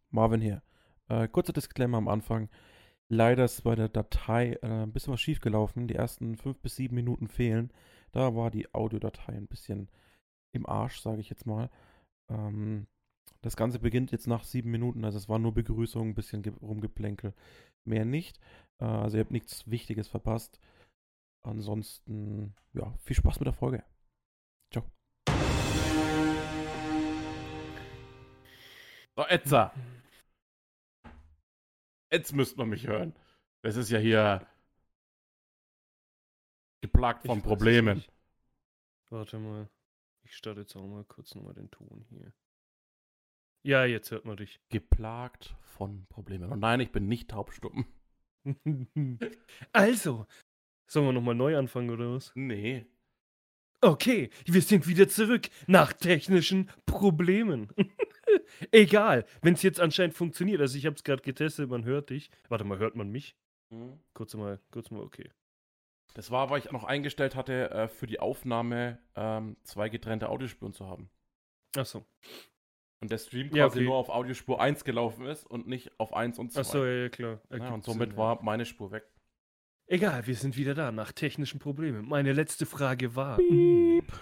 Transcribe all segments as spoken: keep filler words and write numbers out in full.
Marvin hier. Äh, kurzer Disclaimer am Anfang. Leider ist bei der Datei äh, ein bisschen was schiefgelaufen. Die ersten fünf bis sieben Minuten fehlen. Da war die Audiodatei ein bisschen im Arsch, sage ich jetzt mal. Ähm, das Ganze beginnt jetzt nach sieben Minuten. Also es war nur Begrüßung, ein bisschen ge- rumgeplänkel. Mehr nicht. Äh, also ihr habt nichts Wichtiges verpasst. Ansonsten, ja, viel Spaß mit der Folge. Ciao. So, Etza. Jetzt müsste man mich hören. Das ist ja hier geplagt Ich von weiß es Problemen. nicht. Warte mal. Ich starte jetzt auch mal kurz nochmal den Ton hier. Ja, jetzt hört man dich. Geplagt von Problemen. Und nein, ich bin nicht taubstumm. Also, sollen wir nochmal neu anfangen oder was? Nee. Okay, wir sind wieder zurück nach technischen Problemen. Egal, wenn es jetzt anscheinend funktioniert. Also ich habe es gerade getestet, man hört dich. Warte mal, hört man mich? Kurz mal, kurz mal, okay. Das war, weil ich noch eingestellt hatte, äh, für die Aufnahme ähm, zwei getrennte Audiospuren zu haben. Ach so. Und der Stream Ja, quasi okay. nur auf Audiospur eins gelaufen ist und nicht auf eins und zwei. Ach so, ja, ja, klar. Ja, und Ergibt somit Sinn, war ja. meine Spur weg. Egal, wir sind wieder da nach technischen Problemen. Meine letzte Frage war. Piep.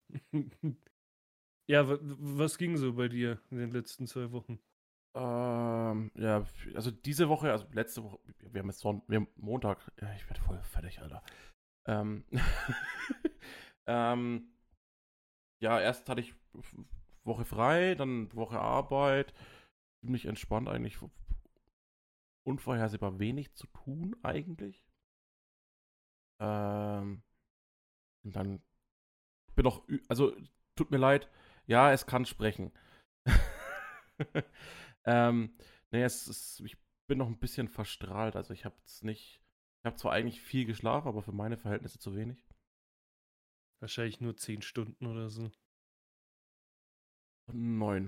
Ja, wa- was ging so bei dir in den letzten zwei Wochen? Ähm, ja, also diese Woche, also letzte Woche, wir haben jetzt Sonn wir haben Montag, ja, ich werde voll fertig, Alter. Ähm, ähm, ja, erst hatte ich Woche frei, dann Woche Arbeit, ziemlich entspannt eigentlich, unvorhersehbar wenig zu tun eigentlich. Ähm, und dann bin noch, ü- also tut mir leid, ja, es kann sprechen. ähm, nee, es ist, ich bin noch ein bisschen verstrahlt, also ich habe es nicht, ich habe zwar eigentlich viel geschlafen, aber für meine Verhältnisse zu wenig. Wahrscheinlich nur zehn Stunden oder so. Neun.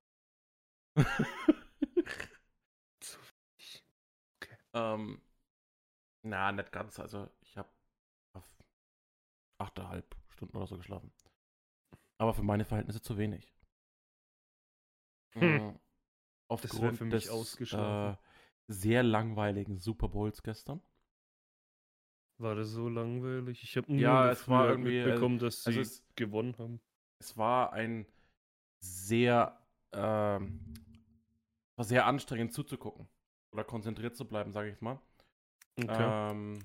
Zu wenig. Okay. ähm, na, nicht ganz, also ich habe achteinhalb Stunden oder so geschlafen. Aber für meine Verhältnisse zu wenig. Hm. Mhm. Das wär Aufgrund für mich des ausgeschlafen. äh, sehr langweiligen Super Bowls gestern. War das so langweilig? Ich habe nur Ja, in der es Früh war halt irgendwie, mitbekommen, dass also sie es, gewonnen haben. es war ein sehr, ähm, war sehr anstrengend zuzugucken. Oder konzentriert zu bleiben, sage ich mal. Okay. Ähm,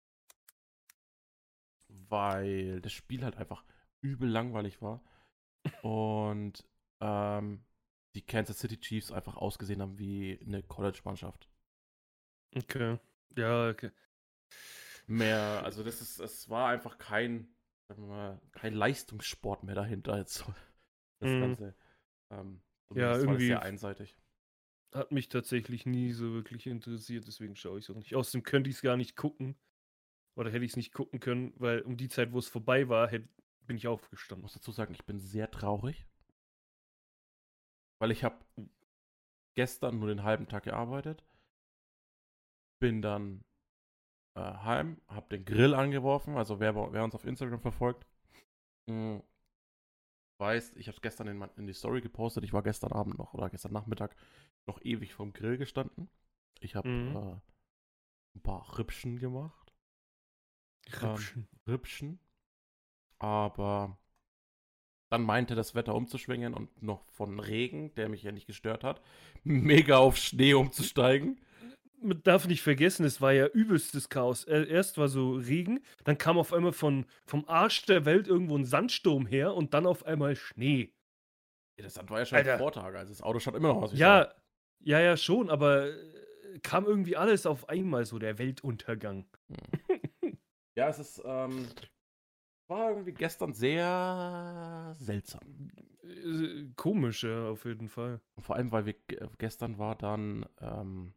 weil das Spiel halt einfach übel langweilig war. Und ähm, die Kansas City Chiefs einfach ausgesehen haben wie eine College-Mannschaft. Okay. Ja, okay. Mehr, also das ist, es war einfach kein, sagen wir mal, kein Leistungssport mehr dahinter jetzt. so, Das Mhm. Ganze. Ähm, Ja, zumindest war das irgendwie sehr einseitig. hat mich tatsächlich nie so wirklich interessiert, deswegen schaue ich es auch nicht. Außerdem könnte ich es gar nicht gucken. Oder hätte ich es nicht gucken können, weil um die Zeit, wo es vorbei war, hätt, bin ich Ich aufgestanden. muss dazu sagen, ich bin sehr traurig, weil ich habe gestern nur den halben Tag gearbeitet, bin dann äh, heim, habe den Grill angeworfen, also wer, wer uns auf Instagram verfolgt, mh, weiß, ich habe es gestern in, in die Story gepostet, ich war gestern Abend noch oder gestern Nachmittag noch ewig vom Grill gestanden. Ich habe Mhm. äh, ein paar Rippchen gemacht. Rippchen. Ähm, Rippchen. Aber dann meinte das Wetter umzuschwingen und noch von Regen, der mich ja nicht gestört hat, mega auf Schnee umzusteigen. Man darf nicht vergessen, es war ja übelstes Chaos. Äh, Erst war so Regen, dann kam auf einmal von, vom Arsch der Welt irgendwo ein Sandsturm her und dann auf einmal Schnee. Ja, das war ja schon Alter. Vortag, also das Auto schaut immer noch aus wie Sau. Ja, ja, ja, schon, aber äh, kam irgendwie alles auf einmal so, der Weltuntergang. Hm. Ja, es ist, ähm, war irgendwie gestern sehr seltsam. Äh, Komisch, ja, auf jeden Fall. Vor allem, weil wir ge- gestern war dann, ähm,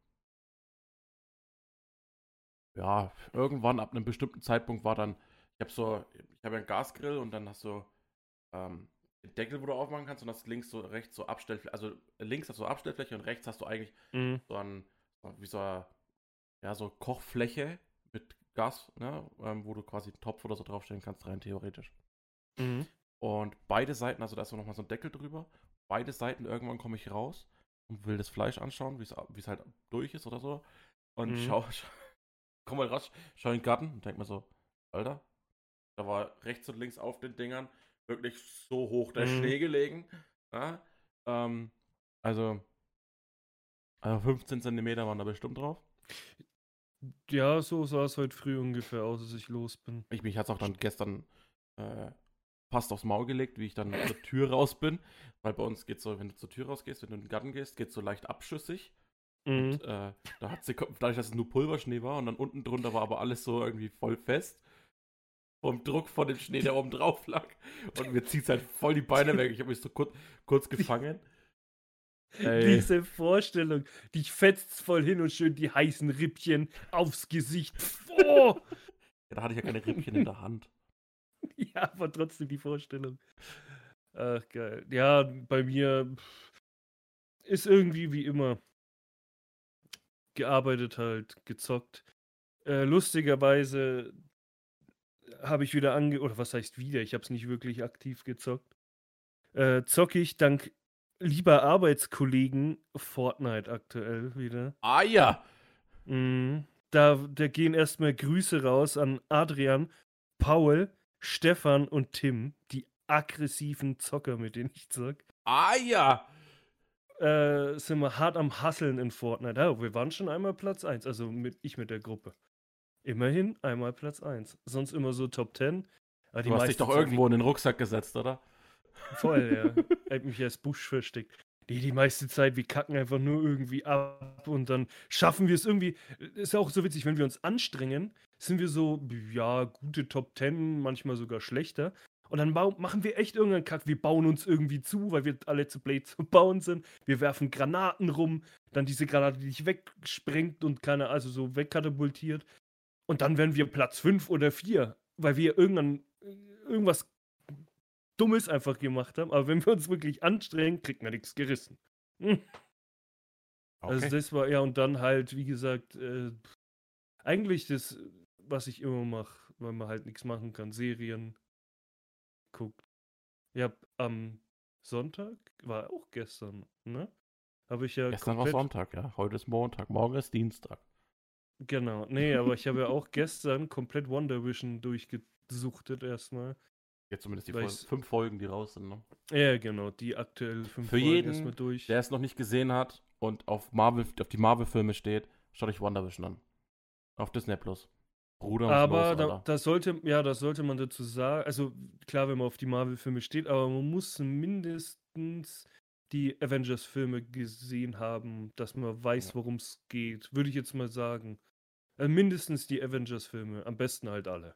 ja, irgendwann ab einem bestimmten Zeitpunkt war dann, ich habe so, ich habe ja einen Gasgrill und dann hast du ähm, den Deckel, wo du aufmachen kannst und hast links so, rechts so Abstellfläche, also links hast du Abstellfläche und rechts hast du eigentlich Mhm. so ein, so wie so, eine, ja, so Kochfläche mit Gas, ne, ähm, wo du quasi einen Topf oder so draufstellen kannst, rein theoretisch. Mhm. Und beide Seiten, also da ist so nochmal so ein Deckel drüber, beide Seiten irgendwann komme ich raus und will das Fleisch anschauen, wie es halt durch ist oder so. Und Mhm. schau, schau komm mal rasch, schau in den Garten und denk mir so, Alter, da war rechts und links auf den Dingern wirklich so hoch der Mhm. Schnee gelegen. Ja? Ähm, also, also fünfzehn Zentimeter waren da bestimmt drauf. Ja, so sah es heute früh ungefähr aus, als ich los bin. Ich, mich hat es auch dann gestern äh, fast aufs Maul gelegt, wie ich dann zur Tür raus bin. Weil bei uns geht so, wenn du zur Tür rausgehst, wenn du in den Garten gehst, geht so leicht abschüssig. Mhm. Und äh, da hat sie, dadurch, dass es nur Pulverschnee war und dann unten drunter war aber alles so irgendwie voll fest. Vom Druck von dem Schnee, der oben drauf lag. Und mir zieht es halt voll die Beine weg. Ich habe mich so kurz, kurz gefangen. Ey. Diese Vorstellung, dich fetzt's voll hin und schön die heißen Rippchen aufs Gesicht. Oh! Ja, da hatte ich ja keine Rippchen in der Hand. Ja, aber trotzdem die Vorstellung. Ach, geil. Ja, bei mir ist irgendwie wie immer gearbeitet halt, gezockt. Äh, lustigerweise habe ich wieder ange... Oder was heißt wieder? Ich habe es nicht wirklich aktiv gezockt. Äh, zocke ich dank lieber Arbeitskollegen Fortnite aktuell wieder. Ah ja! Mhm. Da, da gehen erstmal Grüße raus an Adrian, Paul, Stefan und Tim, die aggressiven Zocker, mit denen ich zock. Ah ja! Äh, sind wir hart am Hasseln in Fortnite. Ja, wir waren schon einmal Platz eins, also mit, ich mit der Gruppe. Immerhin einmal Platz eins. Sonst immer so Top zehn. Aber die Du hast dich meiste doch Zeit irgendwo in den Rucksack gesetzt, oder? voll, ja. Er hat mich als Busch versteckt. Die, die meiste Zeit, wir kacken einfach nur irgendwie ab und dann schaffen wir es irgendwie. Ist ja auch so witzig, wenn wir uns anstrengen, sind wir so, ja, gute Top zehn, manchmal sogar schlechter. Und dann bau- machen wir echt irgendeinen Kack. Wir bauen uns irgendwie zu, weil wir alle zu blöd zu bauen sind. Wir werfen Granaten rum, dann diese Granate, die dich wegsprengt und keine, also so wegkatapultiert. Und dann werden wir Platz fünf oder vier, weil wir irgendwann irgendwas Dummes einfach gemacht haben. Aber wenn wir uns wirklich anstrengen, kriegt man nichts gerissen. Hm. Also Okay. das war, ja, und dann halt, wie gesagt, äh, eigentlich das, was ich immer mache, weil man halt nichts machen kann. Serien guckt. Ja, am Sonntag, war auch gestern, ne? Habe ich ja Gestern war komplett, Sonntag, ja. Heute ist Montag, morgen ist Dienstag. genau, nee, aber ich habe ja auch gestern komplett Wonder Vision durchgesuchtet erstmal. Jetzt zumindest die Weil Fol ich's- fünf Folgen, die raus sind, ne? Ja, genau, die aktuell fünf Für Folgen erstmal jeden, durch. der es noch nicht gesehen hat und auf Marvel, auf die Marvel-Filme steht, schaut euch WandaVision an. Auf Disney Plus. Bruder und los, Aber da, Alter. das sollte, ja, das sollte man dazu sagen. Also klar, wenn man auf die Marvel-Filme steht, aber man muss mindestens die Avengers-Filme gesehen haben, dass man weiß, Ja. worum es geht. Würde ich jetzt mal sagen. Also mindestens die Avengers-Filme. Am besten halt alle.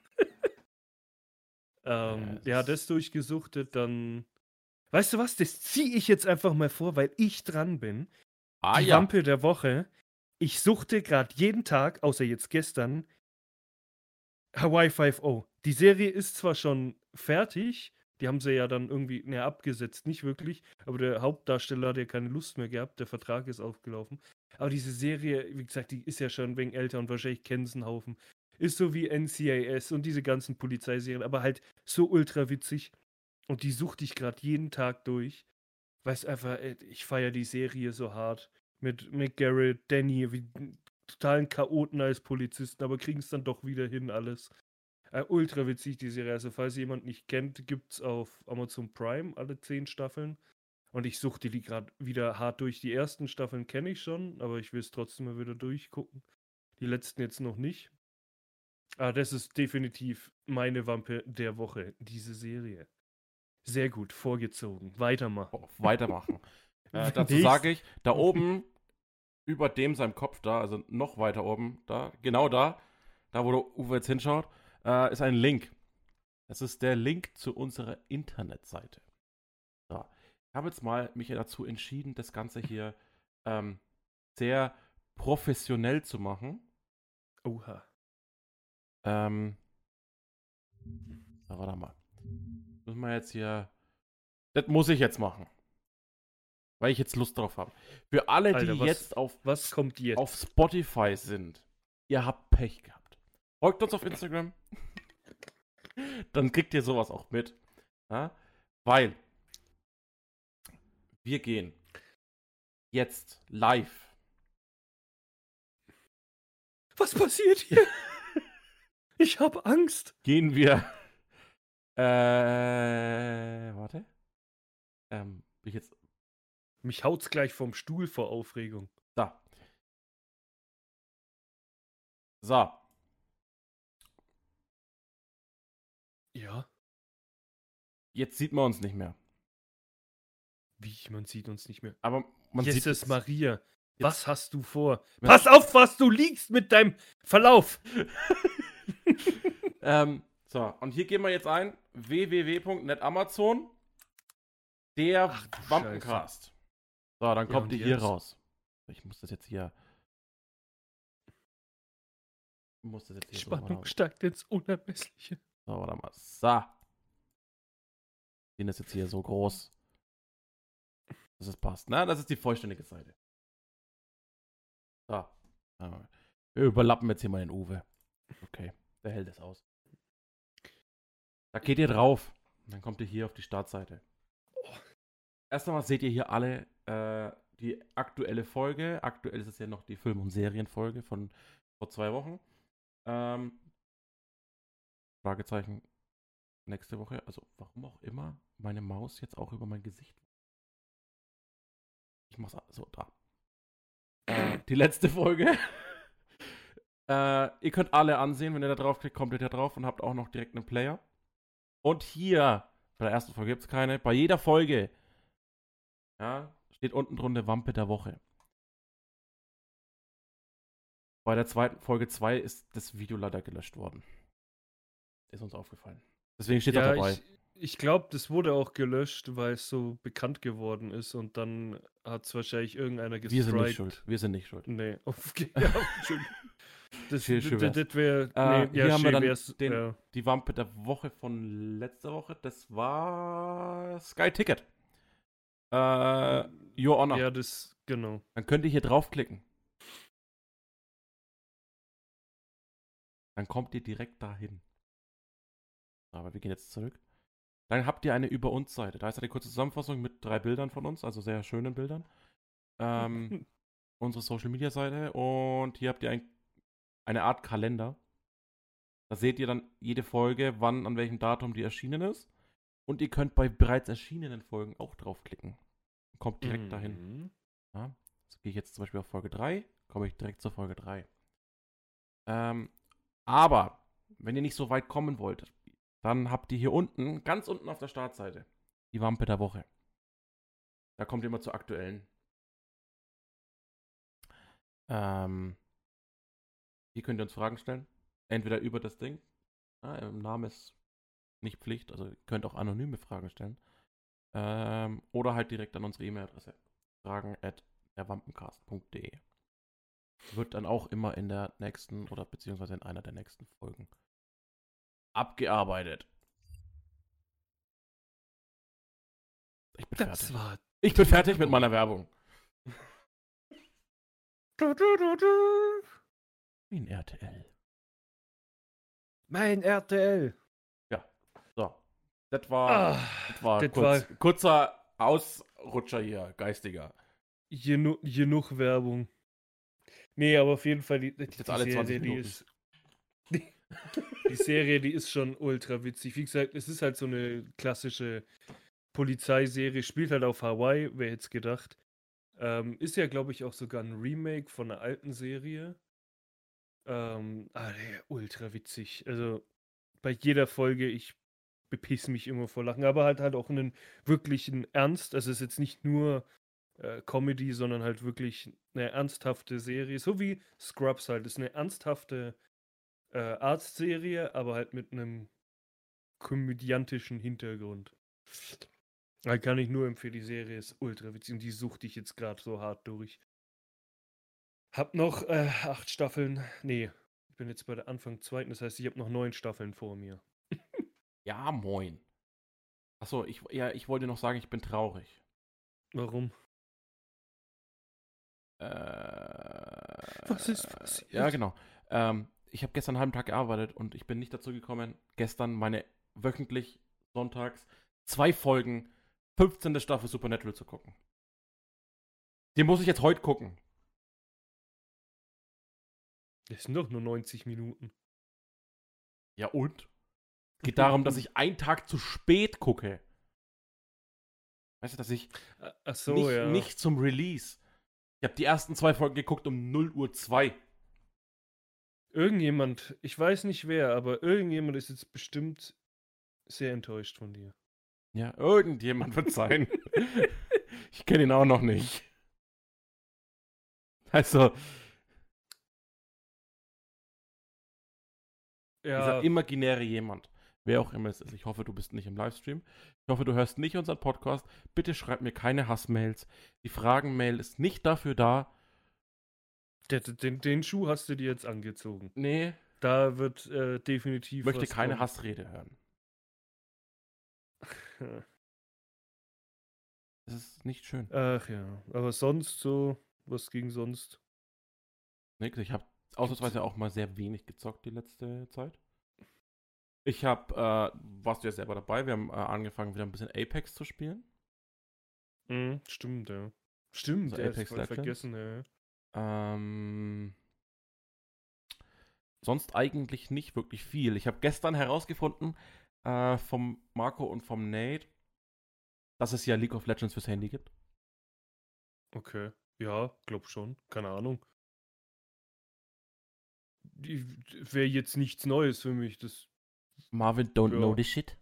ähm, Ja, ja, es das ist- durchgesuchtet, dann. Weißt du was? Das ziehe ich jetzt einfach mal vor, weil ich dran bin. Ah Die ja. Wampe der Woche. Ich suchte gerade jeden Tag, außer jetzt gestern, Hawaii five-O. Die Serie ist zwar schon fertig, die haben sie ja dann irgendwie, ne, abgesetzt, nicht wirklich, aber der Hauptdarsteller hat ja keine Lust mehr gehabt, der Vertrag ist aufgelaufen. Aber diese Serie, wie gesagt, die ist ja schon ein wenig älter und wahrscheinlich kennen sie einen Haufen. Ist so wie N C I S und diese ganzen Polizeiserien, aber halt so ultra witzig. Und die suchte ich gerade jeden Tag durch. Weißt einfach, ey, ich feiere die Serie so hart. Mit, mit Garrett, Danny, wie totalen Chaoten als Polizisten, aber kriegen es dann doch wieder hin, alles. Äh, ultra witzig, die Serie. Also, falls jemand nicht kennt, gibt es auf Amazon Prime alle zehn Staffeln. Und ich suchte die gerade wieder hart durch. Die ersten Staffeln kenne ich schon, aber ich will es trotzdem mal wieder durchgucken. Die letzten jetzt noch nicht. Aber das ist definitiv meine Wampe der Woche, diese Serie. Sehr gut, vorgezogen. Weitermachen. Weitermachen. äh, dazu Nächst- sage ich, da oben, über dem seinem Kopf da, also noch weiter oben, da, genau da, da wo der Uwe jetzt hinschaut, äh, ist ein Link. Das ist der Link zu unserer Internetseite. So. Ich habe jetzt mal mich dazu entschieden, das Ganze hier ähm, sehr professionell zu machen. Oha. Ähm, so, warte mal. Müssen wir jetzt hier. Das muss ich jetzt machen. Weil ich jetzt Lust drauf habe. Für alle, Alter, die was- jetzt auf, Was kommt jetzt? auf Spotify sind, ihr habt Pech gehabt. Folgt uns auf Instagram. Dann kriegt ihr sowas auch mit. Ja? Weil wir gehen jetzt live. Was passiert hier? Ich hab Angst. Gehen wir. Äh, warte. Ähm, bin ich jetzt. Mich haut's gleich vom Stuhl vor Aufregung. Da. So. Ja. Jetzt sieht man uns nicht mehr. Wie, man sieht uns nicht mehr. Aber man sieht Jesus jetzt. Maria, Jetzt- was hast du vor? Ja. Pass auf, was du liegst mit deinem Verlauf. ähm, so, und hier gehen wir jetzt ein. w w w punkt net amazon. Der Ach du Wampencast. So, dann Ja, kommt und ihr hier jetzt? raus. Ich muss das jetzt hier. Ich muss das jetzt hier so, Spannung warte, steigt ins Unermessliche. so, warte mal. So. Den ist jetzt hier so groß, dass es passt. Na, das ist die vollständige Seite. So. Wir überlappen jetzt hier mal den Uwe. Okay, der hält es aus. Da geht ihr drauf. Und dann kommt ihr hier auf die Startseite. Erst einmal seht ihr hier alle äh, die aktuelle Folge. Aktuell ist es ja noch die Film- und Serienfolge von vor zwei Wochen. Ähm, Fragezeichen nächste Woche. Also warum auch immer meine Maus jetzt auch über mein Gesicht. Ich mach's so da. Äh, die letzte Folge. äh, ihr könnt alle ansehen, wenn ihr da draufklickt, kommt ihr da drauf und habt auch noch direkt einen Player. Und hier, bei der ersten Folge gibt es keine, bei jeder Folge ja, steht unten drunter Wampe der Woche. Bei der zweiten Folge zwei ist das Video leider gelöscht worden. Ist uns aufgefallen. Deswegen steht Ja, da dabei. ich, ich glaube, das wurde auch gelöscht, weil es so bekannt geworden ist und dann hat es wahrscheinlich irgendeiner gestrikt. Wir sind nicht schuld. Wir sind nicht schuld. Nee, okay, ja, schön. Das, Schön, schön wär's. das wäre. Äh, Nee, hier ja, haben wir schön dann wär's, den, ja. die Wampe der Woche von letzter Woche. Das war Sky Ticket. Äh, Your Honor. Ja, das, genau. Dann könnt ihr hier draufklicken. Dann kommt ihr direkt dahin. Aber wir gehen jetzt zurück. Dann habt ihr eine Über uns Seite. Da ist eine kurze Zusammenfassung mit drei Bildern von uns, also sehr schönen Bildern. Ähm, unsere Social Media Seite. Und hier habt ihr ein, eine Art Kalender. Da seht ihr dann jede Folge, wann, an welchem Datum die erschienen ist. Und ihr könnt bei bereits erschienenen Folgen auch draufklicken. Kommt direkt Mhm. dahin. Ja, jetzt gehe ich jetzt zum Beispiel auf Folge drei, komme ich direkt zur Folge drei. Ähm, aber, wenn ihr nicht so weit kommen wollt, dann habt ihr hier unten, ganz unten auf der Startseite, die Wampe der Woche. Da kommt ihr immer zur aktuellen. Ähm, hier könnt ihr uns Fragen stellen. Entweder über das Ding. Ja, Im Namen ist nicht Pflicht, also ihr könnt auch anonyme Fragen stellen. Ähm, oder halt direkt an unsere E-Mail-Adresse. Fragen at derwampencast punkt de. Wird dann auch immer in der nächsten oder beziehungsweise in einer der nächsten Folgen abgearbeitet. Ich bin Das fertig. war. Ich bin fertig mit meiner Werbung. Du, du, du, du. Wie ein R T L. Mein R T L. So. Das war, Ah, das war, das kurz, war kurzer Ausrutscher hier, geistiger. genu genug Werbung. Nee, aber auf jeden Fall, die, die, Jetzt die alle Serie, zwanzig die Minuten. ist. Die, die Serie, die ist schon ultra witzig. Wie gesagt, es ist halt so eine klassische Polizeiserie, spielt halt auf Hawaii, wer hätte es gedacht. Ähm, ist ja, glaube ich, auch sogar ein Remake von einer alten Serie. Ähm, ah, nee, ultra witzig. Also bei jeder Folge, ich bepiss mich immer vor Lachen, aber halt halt auch einen wirklichen Ernst. Also es ist jetzt nicht nur äh, Comedy, sondern halt wirklich eine ernsthafte Serie. So wie Scrubs halt. Das ist eine ernsthafte äh, Arztserie, aber halt mit einem komödiantischen Hintergrund. Da kann ich nur empfehlen, die Serie ist ultra witzig und die suchte ich jetzt gerade so hart durch. Hab noch äh, acht Staffeln. Nee, ich bin jetzt bei der Anfang zweiten, das heißt, ich habe noch neun Staffeln vor mir. Ja, moin. Achso, ich, ja, ich wollte noch sagen, ich bin traurig. Warum? Äh, Was ist passiert? Ja, genau. Ähm, ich habe gestern einen halben Tag gearbeitet und ich bin nicht dazu gekommen, gestern meine wöchentlich sonntags zwei Folgen fünfzehnte Staffel Supernatural zu gucken. Den muss ich jetzt heute gucken. Das sind doch nur neunzig Minuten. Ja und? Es geht darum, dass ich einen Tag zu spät gucke. Weißt du, dass ich Ach so, nicht, ja. nicht zum Release. Ich habe die ersten zwei Folgen geguckt um null Uhr zwei. Irgendjemand, ich weiß nicht wer, aber irgendjemand ist jetzt bestimmt sehr enttäuscht von dir. Ja, irgendjemand wird sein. Ich kenne ihn auch noch nicht. Also, Ja, dieser imaginäre jemand, wer auch immer es ist, ich hoffe, du bist nicht im Livestream. Ich hoffe, du hörst nicht unseren Podcast. Bitte schreib mir keine Hassmails. Die Fragen-Mail ist nicht dafür da. der, den, den Schuh hast du dir jetzt angezogen. Nee, Da wird äh, definitiv ich möchte was keine kommen. Hassrede hören. Das ist nicht schön. Ach ja, aber sonst so, was ging sonst? Nix, ich habe ausnahmsweise auch mal sehr wenig gezockt die letzte Zeit. Ich habe, äh, warst du ja selber dabei, wir haben äh, angefangen wieder ein bisschen Apex zu spielen. Mhm, stimmt, ja. Stimmt, Also ja, Apex ist voll Legends. vergessen, ja. Ähm, sonst eigentlich nicht wirklich viel. Ich habe gestern herausgefunden äh, vom Marco und vom Nate, dass es ja League of Legends fürs Handy gibt. Okay, ja, glaub schon, keine Ahnung. Wäre jetzt nichts Neues für mich, das. Marvin don't Ja. know this shit.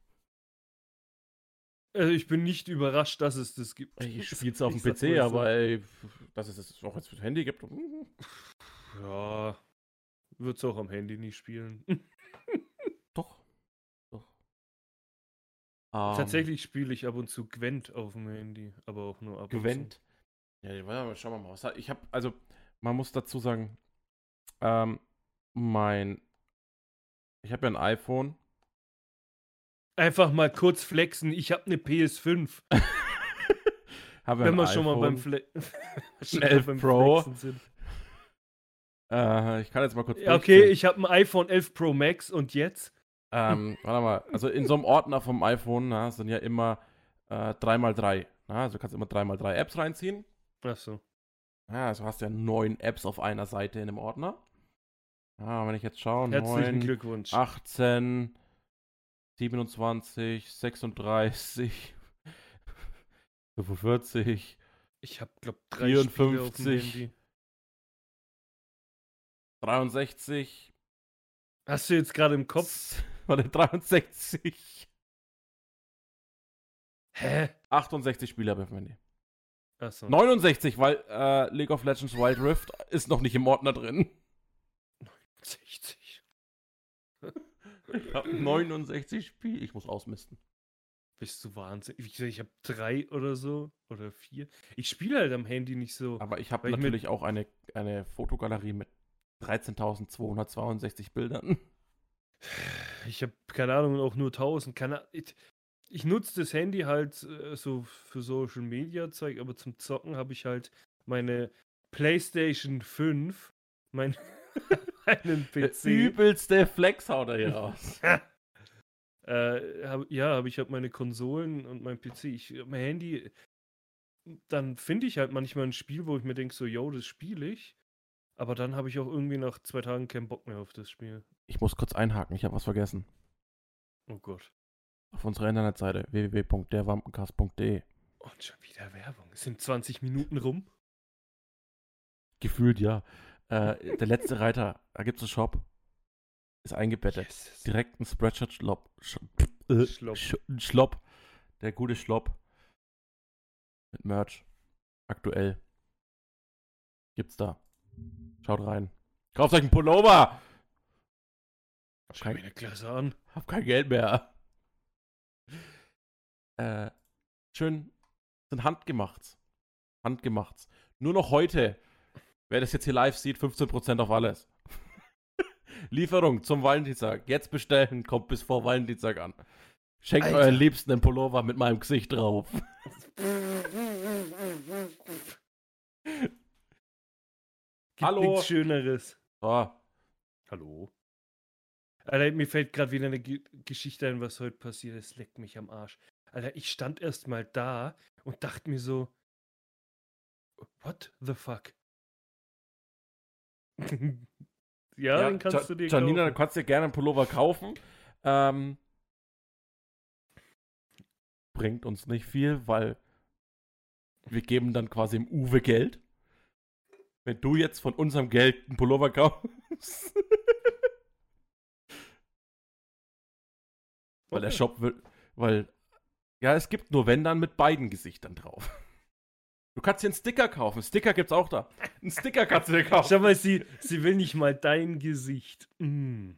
Also ich bin nicht überrascht, dass es das gibt. Ich spiele es auf dem Ich sag P C, mal so. aber ey, dass es es auch jetzt fürs Handy gibt. Ja, wird's auch am Handy nicht spielen. Doch. Doch. Ähm, Tatsächlich spiele ich ab und zu Gwent auf dem Handy, aber auch nur ab und Gwent. Ja, warte mal, schauen wir mal. Was hat- Ich habe, also, man muss dazu sagen, ähm, mein, ich habe ja ein iPhone. zu. Einfach mal kurz flexen, ich habe eine P S fünf. habe Wenn ein wir schon mal beim, iPhone. Fle schon elf mal beim Pro. Flexen sind. Äh, ich kann jetzt mal kurz Ja, okay, durchzählen. ich habe ein iPhone elf Pro Max und jetzt? Ähm, warte mal, also in so einem Ordner vom iPhone na, sind ja immer äh, drei mal drei. Na, also du kannst immer drei mal drei Apps reinziehen. Ach so. Ja, also hast du ja neun Apps auf einer Seite in dem Ordner. Ja, wenn ich jetzt schaue, Herzlichen neun, Glückwunsch. achtzehn, siebenundzwanzig, sechsunddreißig, fünfundvierzig, Ich habe, glaub, drei Spiele auf dem vierundfünfzig, Handy. dreiundsechzig. Hast du jetzt gerade im Kopf? Warte, dreiundsechzig. Hä? achtundsechzig Spiele habe ich auf dem Handy. Achso. neunundsechzig, weil äh, League of Legends Wild Rift ist noch nicht im Ordner drin. sechzig. Ich habe neunundsechzig Spiele. Ich muss ausmisten. Bist du wahnsinnig? Ich, ich habe drei oder so. Oder vier. Ich spiele halt am Handy nicht so. Aber ich habe Weil ich natürlich auch eine, eine Fotogalerie mit dreizehntausendzweihundertzweiundsechzig Bildern. Ich habe, keine Ahnung, auch nur tausend. Keine, ich ich nutze das Handy halt äh, so für Social Media Zeug, aber zum Zocken habe ich halt meine PlayStation fünf, mein, meinen P Der C. übelste Flex haut er hier raus. Äh, hab, ja, aber ich habe meine Konsolen und mein P C. Ich, mein Handy, dann finde ich halt manchmal ein Spiel, wo ich mir denke, so, yo, das spiele ich. Aber dann habe ich auch irgendwie nach zwei Tagen keinen Bock mehr auf das Spiel. Ich muss kurz einhaken, ich habe was vergessen. Oh Gott. Auf unserer Internetseite w w w punkt der wampencast punkt de. Und schon wieder Werbung. Es sind zwanzig Minuten rum. Gefühlt ja. Äh, der letzte Reiter, da gibt es einen Shop. Ist eingebettet. Yes. Direkt ein Spreadshirt-Schlopp. Sch äh, Schlopp. Sch ein Schlopp. Der gute Schlopp. Mit Merch. Aktuell. Gibt's da. Schaut rein. Kauft euch einen Pullover! Hab Schau mir kein, eine Klasse an. hab kein Geld mehr. Äh, schön. Sind handgemacht. Handgemacht. Nur noch heute. Wer das jetzt hier live sieht, fünfzehn Prozent auf alles. Lieferung zum Valentinstag. Jetzt bestellen, kommt bis vor Valentinstag an. Schenkt Alter. euren Liebsten einen Pullover mit meinem Gesicht drauf. Gibt Hallo. nichts Schöneres. So. Hallo. Alter, mir fällt gerade wieder eine Ge Geschichte ein, was heute passiert ist. Leckt mich am Arsch. Alter, ich stand erst mal da und dachte mir so, What the fuck? ja, Ja, den kannst Ja- du dir Janina, du kaufen. kannst dir gerne einen Pullover kaufen. Ähm, bringt uns nicht viel, weil wir geben dann quasi im Uwe Geld. Wenn du jetzt von unserem Geld einen Pullover kaufst. Weil der Okay. Shop will, weil, ja, es gibt nur wenn dann mit beiden Gesichtern drauf. Du kannst dir einen Sticker kaufen. Sticker gibt's auch da. Einen Sticker kannst du dir kaufen. Schau mal, sie, sie will nicht mal dein Gesicht. Mm.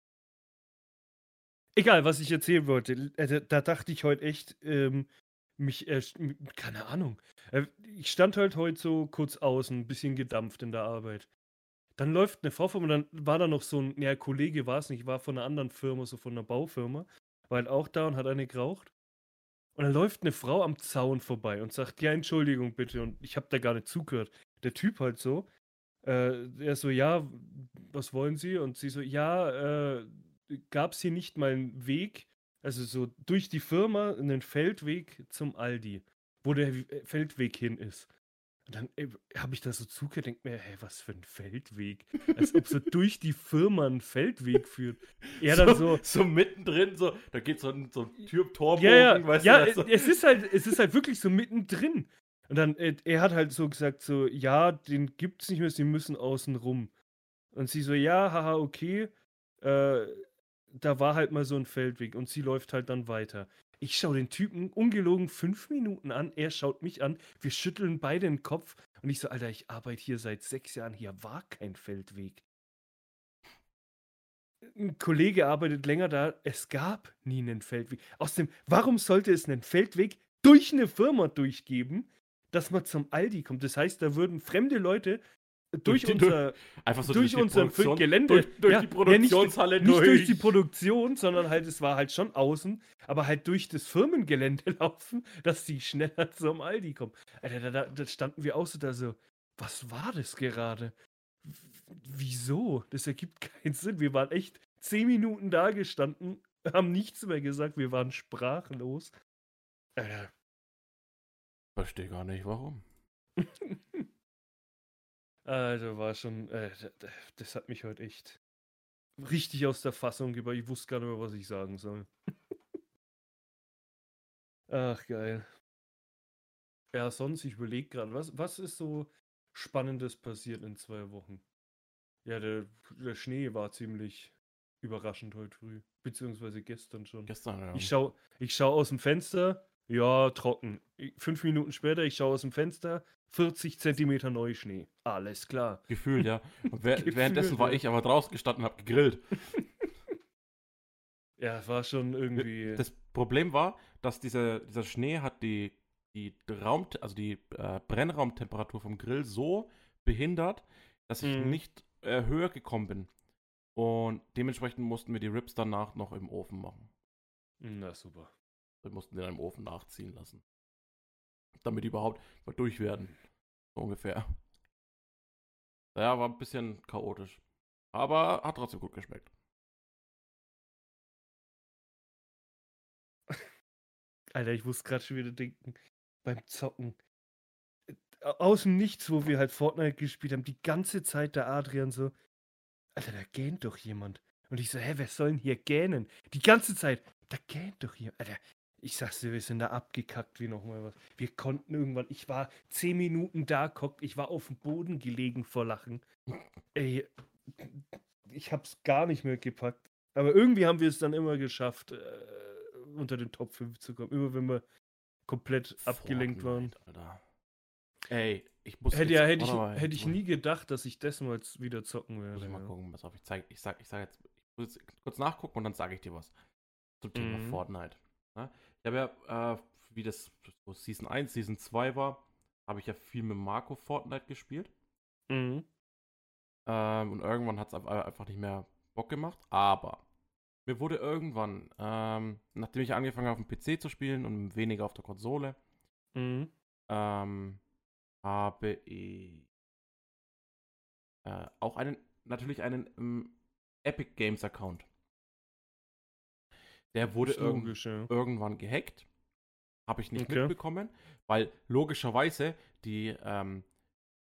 Egal, was ich erzählen wollte. äh, Da, da dachte ich heute echt, ähm, mich, äh, m- keine Ahnung. Äh, Ich stand halt heute so kurz außen, ein bisschen gedampft in der Arbeit. Dann läuft eine Frau vor mir, dann war da noch so ein, ja, Kollege war es nicht, war von einer anderen Firma, so von einer Baufirma, war halt auch da und hat eine geraucht. Und dann läuft eine Frau am Zaun vorbei und sagt, ja, Entschuldigung bitte. Und ich habe da gar nicht zugehört. Der Typ halt so, äh, er so, ja, was wollen Sie? Und sie so, ja, äh, gab es hier nicht mal einen Weg, also so durch die Firma einen Feldweg zum Aldi, wo der äh, Feldweg hin ist. Und dann äh, habe ich da so zugehört, denke mir, hä, was für ein Feldweg? Als ob so durch die Firma ein Feldweg führt. Er dann so, so mittendrin, so, da geht so ein, so ein Tür, ja, Torbogen, ja, weißt ja, du, das so. es ist halt, es ist halt wirklich so mittendrin. Und dann, äh, er hat halt so gesagt, so, ja, den gibt's nicht mehr, sie müssen außen rum. Und sie so, ja, haha, okay. Äh, da war halt mal so ein Feldweg und sie läuft halt dann weiter. Ich schaue den Typen ungelogen fünf Minuten an, er schaut mich an, wir schütteln beide den Kopf und ich so, Alter, ich arbeite hier seit sechs Jahren, hier war kein Feldweg. Ein Kollege arbeitet länger da, es gab nie einen Feldweg. Außerdem, warum sollte es einen Feldweg durch eine Firma durchgeben, dass man zum Aldi kommt? Das heißt, da würden fremde Leute durch, die- unser, einfach so durch durch die unser Produktion, Gelände, durch, durch ja, die ja, Produktionshalle nicht, nicht durch. durch die Produktion, sondern halt, es war halt schon außen, aber halt durch das Firmengelände laufen, dass die schneller zum Aldi kommen. Alter, da, da, da standen wir auch so da so, was war das gerade? W- Wieso? Das ergibt keinen Sinn. Wir waren echt zehn Minuten da gestanden, haben nichts mehr gesagt, wir waren sprachlos. Alter. Verstehe gar nicht, warum. Also war schon, äh, d- d- das hat mich heute echt richtig aus der Fassung gebracht. Ich wusste gar nicht mehr, was ich sagen soll. Ach, geil. Ja, sonst, ich überlege gerade, was, was ist so Spannendes passiert in zwei Wochen? Ja, der, der Schnee war ziemlich überraschend heute früh, beziehungsweise gestern schon. Gestern, ja. Ich schau, ich schau aus dem Fenster, ja, trocken. Ich, fünf Minuten später, ich schaue aus dem Fenster, vierzig Zentimeter Neuschnee. Alles klar. Gefühlt, ja. Und wer, Gefühlt, währenddessen war ja. ich aber draußen gestanden und hab gegrillt. Ja, war schon irgendwie. Das Problem war, dass dieser, dieser Schnee hat die, die Raum, also die äh, Brennraumtemperatur vom Grill so behindert, dass ich Mhm. nicht äh, höher gekommen bin. Und dementsprechend mussten wir die Ribs danach noch im Ofen machen. Na super. Wir mussten den im Ofen nachziehen lassen. Damit die überhaupt mal durch werden. So ungefähr. Ja, war ein bisschen chaotisch. Aber hat trotzdem gut geschmeckt. Alter, ich muss gerade schon wieder denken, beim Zocken. Äh, Aus dem Nichts, wo wir halt Fortnite gespielt haben, die ganze Zeit der Adrian so, Alter, da gähnt doch jemand. Und ich so, hä, wer soll denn hier gähnen? Die ganze Zeit, da gähnt doch jemand. Alter, ich sag's dir, wir sind da abgekackt wie nochmal was. Wir konnten irgendwann, ich war zehn Minuten da, guckt, ich war auf dem Boden gelegen vor Lachen. Ey, ich hab's gar nicht mehr gepackt. Aber irgendwie haben wir es dann immer geschafft, äh, unter den Top fünf zu kommen. Immer wenn wir komplett abgelenkt waren. Fortnite, Alter. Ey, ich muss Hätte, jetzt, ja, hätte ich, warte mal, hätte jetzt ich muss- nie gedacht, dass ich das mal jetzt wieder zocken Muss werde. ich mal Ja. gucken, pass auf, ich zeig, ich sag, ich sag jetzt, ich muss jetzt kurz nachgucken und dann sage ich dir was zum Thema Mhm. Fortnite. Ja? Ich habe ja, äh, wie das so Season eins, Season zwei war, habe ich ja viel mit Marco Fortnite gespielt. Mhm. Ähm, und irgendwann hat es einfach nicht mehr Bock gemacht. Aber mir wurde irgendwann, ähm, nachdem ich angefangen habe, auf dem P C zu spielen und weniger auf der Konsole, Mhm. ähm, habe ich äh, auch einen, natürlich einen ähm, Epic Games Account. Der wurde Ist irg logisch, ja. irgendwann gehackt. Habe ich nicht Okay. mitbekommen, weil logischerweise die, ähm,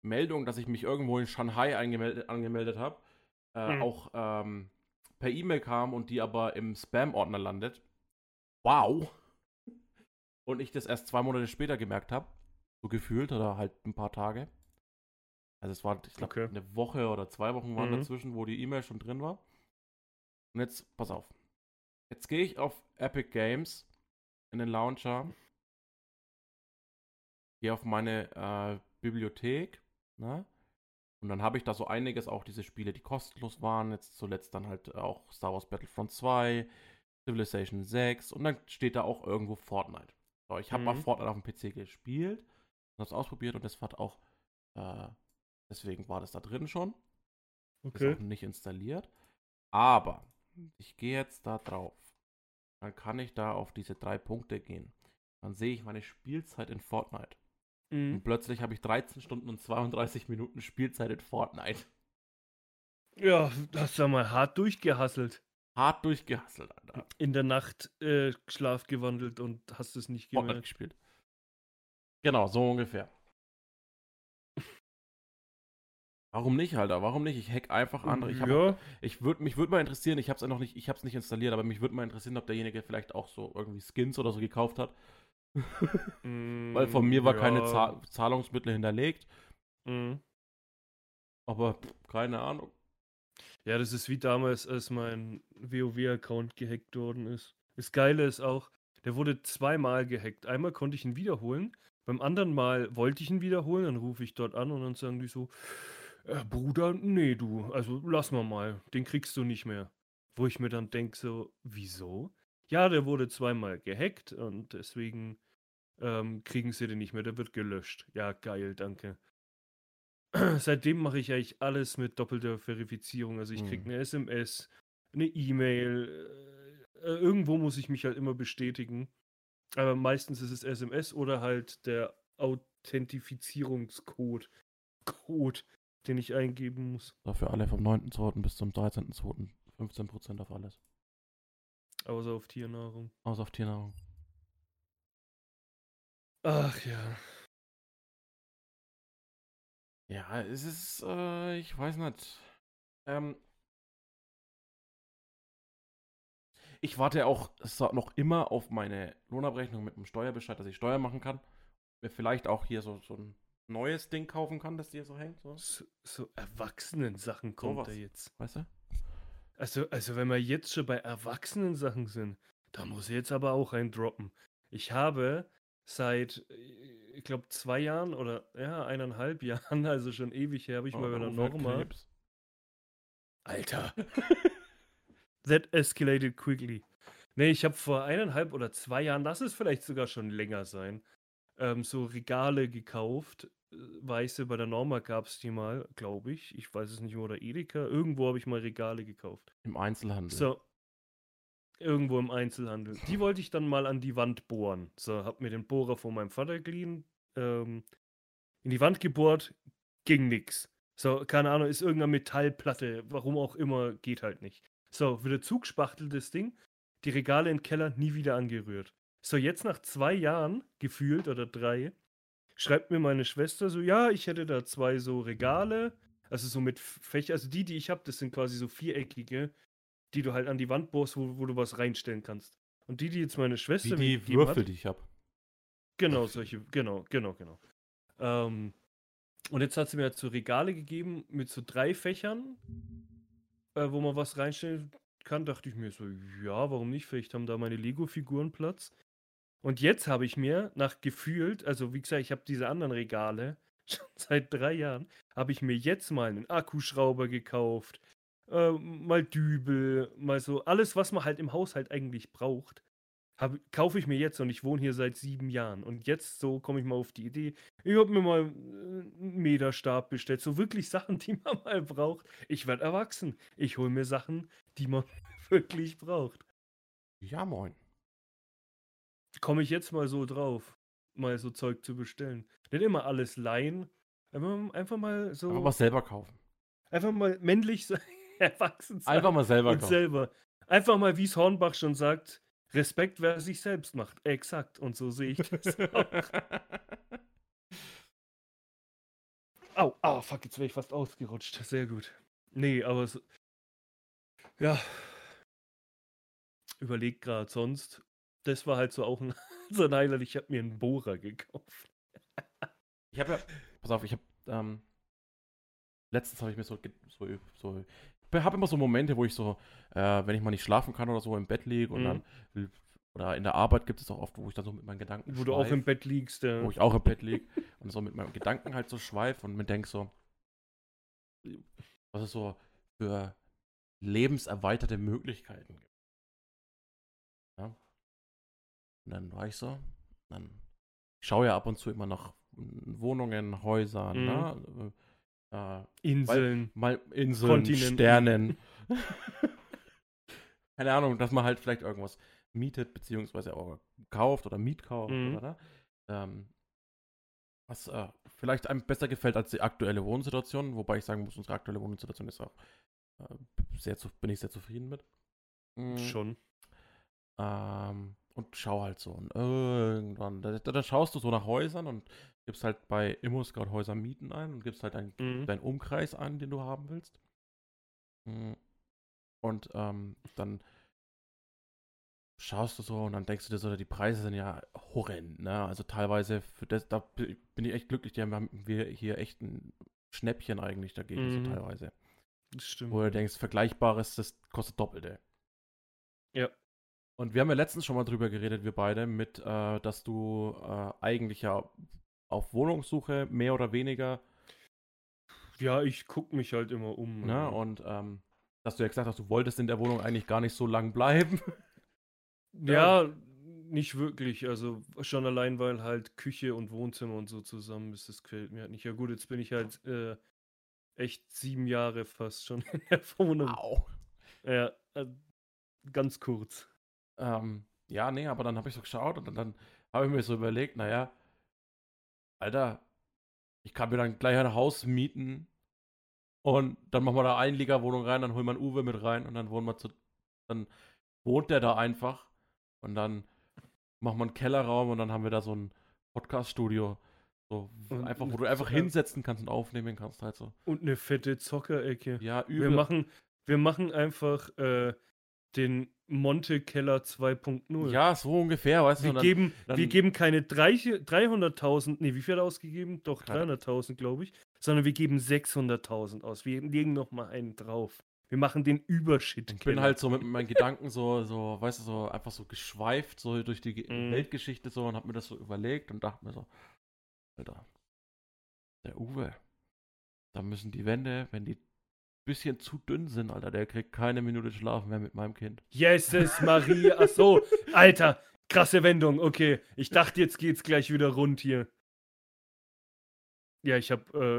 Meldung, dass ich mich irgendwo in Shanghai angemeldet, angemeldet habe, äh, Mhm. auch ähm, per E-Mail kam und die aber im Spam-Ordner landet. Wow! Und ich das erst zwei Monate später gemerkt habe. So gefühlt oder halt ein paar Tage. Also es war, ich glaube, Okay. eine Woche oder zwei Wochen waren Mhm. dazwischen, wo die E-Mail schon drin war. Und jetzt, pass auf. Jetzt gehe ich auf Epic Games in den Launcher. Gehe auf meine äh, Bibliothek. Ne? Und dann habe ich da so einiges, auch diese Spiele, die kostenlos waren. Jetzt zuletzt dann halt auch Star Wars Battlefront zwei, Civilization sechs und dann steht da auch irgendwo Fortnite. So, ich habe mal Mhm. Fortnite auf dem P C gespielt, habe es ausprobiert und das hat auch, äh, deswegen war das da drin schon. Ist Okay. auch nicht installiert. Aber ich gehe jetzt da drauf. Dann kann ich da auf diese drei Punkte gehen. Dann sehe ich meine Spielzeit in Fortnite. Mhm. Und plötzlich habe ich dreizehn Stunden und zweiunddreißig Minuten Spielzeit in Fortnite. Ja, hast du mal hart durchgehasselt. Hart durchgehasselt, Alter. In der Nacht äh, Schlaf gewandelt und hast es nicht Fortnite gemerkt. gespielt. Genau, so ungefähr. Warum nicht, Alter? Warum nicht? Ich hack einfach andere. Ich habe, Ja. ich würde, mich würde mal interessieren. Ich habe es noch nicht, ich habe es nicht installiert, aber mich würde mal interessieren, ob derjenige vielleicht auch so irgendwie Skins oder so gekauft hat. Weil von Mm, mir war keine ja. Zahl Zahlungsmittel hinterlegt. Mhm. Aber pff, keine Ahnung. Ja, das ist wie damals, als mein WoW-Account gehackt worden ist. Das Geile ist auch, der wurde zweimal gehackt. Einmal konnte ich ihn wiederholen, beim anderen Mal wollte ich ihn wiederholen, dann rufe ich dort an und dann sagen die so, äh, Bruder, nee, du, also lass mal mal, den kriegst du nicht mehr. Wo ich mir dann denke so, wieso? Ja, der wurde zweimal gehackt und deswegen ähm, kriegen sie den nicht mehr, der wird gelöscht. Ja, geil, danke. Seitdem mache ich eigentlich alles mit doppelter Verifizierung. Also ich kriege Hm. eine S M S, eine E-Mail, äh, äh, irgendwo muss ich mich halt immer bestätigen. Aber meistens ist es S M S oder halt der Authentifizierungscode, Code, den ich eingeben muss. Dafür alle vom neunten zweiten bis zum dreizehnten zweiten fünfzehn Prozent auf alles. Außer auf Tiernahrung. Außer auf Tiernahrung. Ach ja. Ja, es ist, äh, ich weiß nicht. Ähm, ich warte auch so noch immer auf meine Lohnabrechnung mit dem Steuerbescheid, dass ich Steuer machen kann. Mir vielleicht auch hier so, so ein neues Ding kaufen kann, das hier so hängt. So. So, so Erwachsenen-Sachen kommt da Sowas. jetzt. Weißt du? Also, also wenn wir jetzt schon bei Erwachsenen-Sachen sind, da muss ich jetzt aber auch einen droppen. Ich habe seit, äh, ich glaube, zwei Jahren oder ja, eineinhalb Jahren, also schon ewig her, habe ich Oh, mal bei der der Uwe hat Norma. Krebs. Alter, that escalated quickly. Nee, ich habe vor eineinhalb oder zwei Jahren, lass es vielleicht sogar schon länger sein, ähm, so Regale gekauft. Äh, Weiße, bei der Norma gab es die mal, glaube ich. Ich weiß es nicht mehr, oder Edeka. Irgendwo habe ich mal Regale gekauft. Im Einzelhandel. So, irgendwo im Einzelhandel. Die wollte ich dann mal an die Wand bohren. So, hab mir den Bohrer von meinem Vater geliehen, ähm, in die Wand gebohrt, ging nix. So, keine Ahnung, ist irgendeine Metallplatte, warum auch immer, geht halt nicht. So, wieder zugespachteltes Ding, die Regale im Keller nie wieder angerührt. So, jetzt nach zwei Jahren, gefühlt, oder drei, schreibt mir meine Schwester so, ja, ich hätte da zwei so Regale, also so mit Fächer, also die, die ich habe, das sind quasi so viereckige, die du halt an die Wand bohrst, wo, wo du was reinstellen kannst. Und die, die jetzt meine Wie Schwester mir die gegeben Würfel, hat, die ich habe. genau solche, genau, genau, genau. Ähm, und jetzt hat sie mir halt so Regale gegeben mit so drei Fächern, äh, wo man was reinstellen kann. Dachte ich mir so, ja, warum nicht? Vielleicht haben da meine Lego-Figuren Platz. Und jetzt habe ich mir nach gefühlt, also wie gesagt, ich habe diese anderen Regale schon seit drei Jahren, habe ich mir jetzt mal einen Akkuschrauber gekauft, äh, mal Dübel, mal so alles, was man halt im Haushalt eigentlich braucht, hab, kaufe ich mir jetzt und ich wohne hier seit sieben Jahren. Und jetzt so komme ich mal auf die Idee, ich habe mir mal äh, einen Meterstab bestellt, so wirklich Sachen, die man mal braucht. Ich werde erwachsen. Ich hole mir Sachen, die man wirklich braucht. Ja, moin. Komme ich jetzt mal so drauf, mal so Zeug zu bestellen. Nicht immer alles leihen. Einfach, einfach mal so. Aber was selber kaufen. Einfach mal männlich sein, erwachsen sein. Einfach mal selber und kaufen. selber. Einfach mal, wie es Hornbach schon sagt, Respekt, wer sich selbst macht. Exakt. Und so sehe ich das auch. Au, ah, fuck, jetzt wäre ich fast ausgerutscht. Sehr gut. Nee, aber so, ja, überlegt gerade sonst. Das war halt so auch ein, so ein Highlight. Ich habe mir einen Bohrer gekauft. Ich habe ja, pass auf, ich habe, ähm, letztens habe ich mir so, ge- so, so ich habe immer so Momente, wo ich so, äh, wenn ich mal nicht schlafen kann oder so im Bett liege und Mhm. dann, oder in der Arbeit gibt es auch oft, wo ich dann so mit meinen Gedanken Wo du auch im schweif, Bett liegst. wo Ja. ich auch im Bett liege und so mit meinen Gedanken halt so schweif und mir denke so, was es so für lebenserweiterte Möglichkeiten gibt. Ja? Und dann war ich so, dann ich schaue ja ab und zu immer nach Wohnungen, Häusern, Mhm. ne? Äh, Inseln, mal Inseln, Kontinenten. Sternen. Keine Ahnung, dass man halt vielleicht irgendwas mietet, beziehungsweise auch kauft oder mietkauft Mhm. oder ne? Ähm, was äh, vielleicht einem besser gefällt als die aktuelle Wohnsituation, wobei ich sagen muss, unsere aktuelle Wohnsituation ist auch äh, sehr zu, bin ich sehr zufrieden mit. Mhm. Schon. Ähm, und schau halt so. Und irgendwann, da, da, da schaust du so nach Häusern und gibst halt bei ImmoScout Häuser Mieten ein und gibst halt deinen Mhm. deinen Umkreis an, den du haben willst. Mhm. Und ähm, dann schaust du so und dann denkst du dir so, die Preise sind ja horrend, ne? Also teilweise, für das, da bin ich echt glücklich, die haben wir hier echt ein Schnäppchen eigentlich dagegen, Mhm. so teilweise. Das stimmt. Wo du denkst, Vergleichbares, das kostet Doppelte. Ja. Und wir haben ja letztens schon mal drüber geredet, wir beide, mit, äh, dass du äh, eigentlich ja auf Wohnungssuche mehr oder weniger, Ja, ich gucke mich halt immer um. ne? Also. Und ähm, dass du ja gesagt hast, du wolltest in der Wohnung eigentlich gar nicht so lang bleiben. Ja, nicht wirklich. Also schon allein, weil halt Küche und Wohnzimmer und so zusammen ist, das gefällt mir halt nicht. Ja gut, jetzt bin ich halt äh, echt sieben Jahre fast schon in der Wohnung. Au. Ja, äh, ganz kurz. Ähm, ja, nee, aber dann habe ich so geschaut und dann, dann habe ich mir so überlegt, naja, Alter, ich kann mir dann gleich ein Haus mieten und dann machen wir da Einliegerwohnung rein, dann holen wir einen Uwe mit rein und dann wohnen wir zu, dann wohnt der da einfach und dann machen wir einen Kellerraum und dann haben wir da so ein Podcast-Studio, so Und einfach, wo eine du einfach Zocker- hinsetzen kannst und aufnehmen kannst halt so. Und eine fette Zockerecke. Ja, Wir übel. machen, wir machen einfach äh, den Monte-Keller zwei Punkt null. Ja, so ungefähr, weißt du. Wir, und dann, geben, dann, wir geben keine dreihunderttausend, nee, wie viel hat er ausgegeben? Doch, Keine- dreihunderttausend, glaube ich. Sondern wir geben sechshunderttausend aus. Wir legen noch mal einen drauf. Wir machen den Übershit. Ich bin halt so mit meinen Gedanken so, so, weißt du, so einfach so geschweift, so durch die Ge- Mhm. Weltgeschichte so und hab mir das so überlegt und dachte mir so, Alter, der Uwe, da müssen die Wände, wenn die ein bisschen zu dünn sind, Alter, der kriegt keine Minute Schlaf mehr mit meinem Kind. Jesus Maria. Ach so, Alter, krasse Wendung. Okay, ich dachte, jetzt geht's gleich wieder rund hier. Ja, ich hab, äh,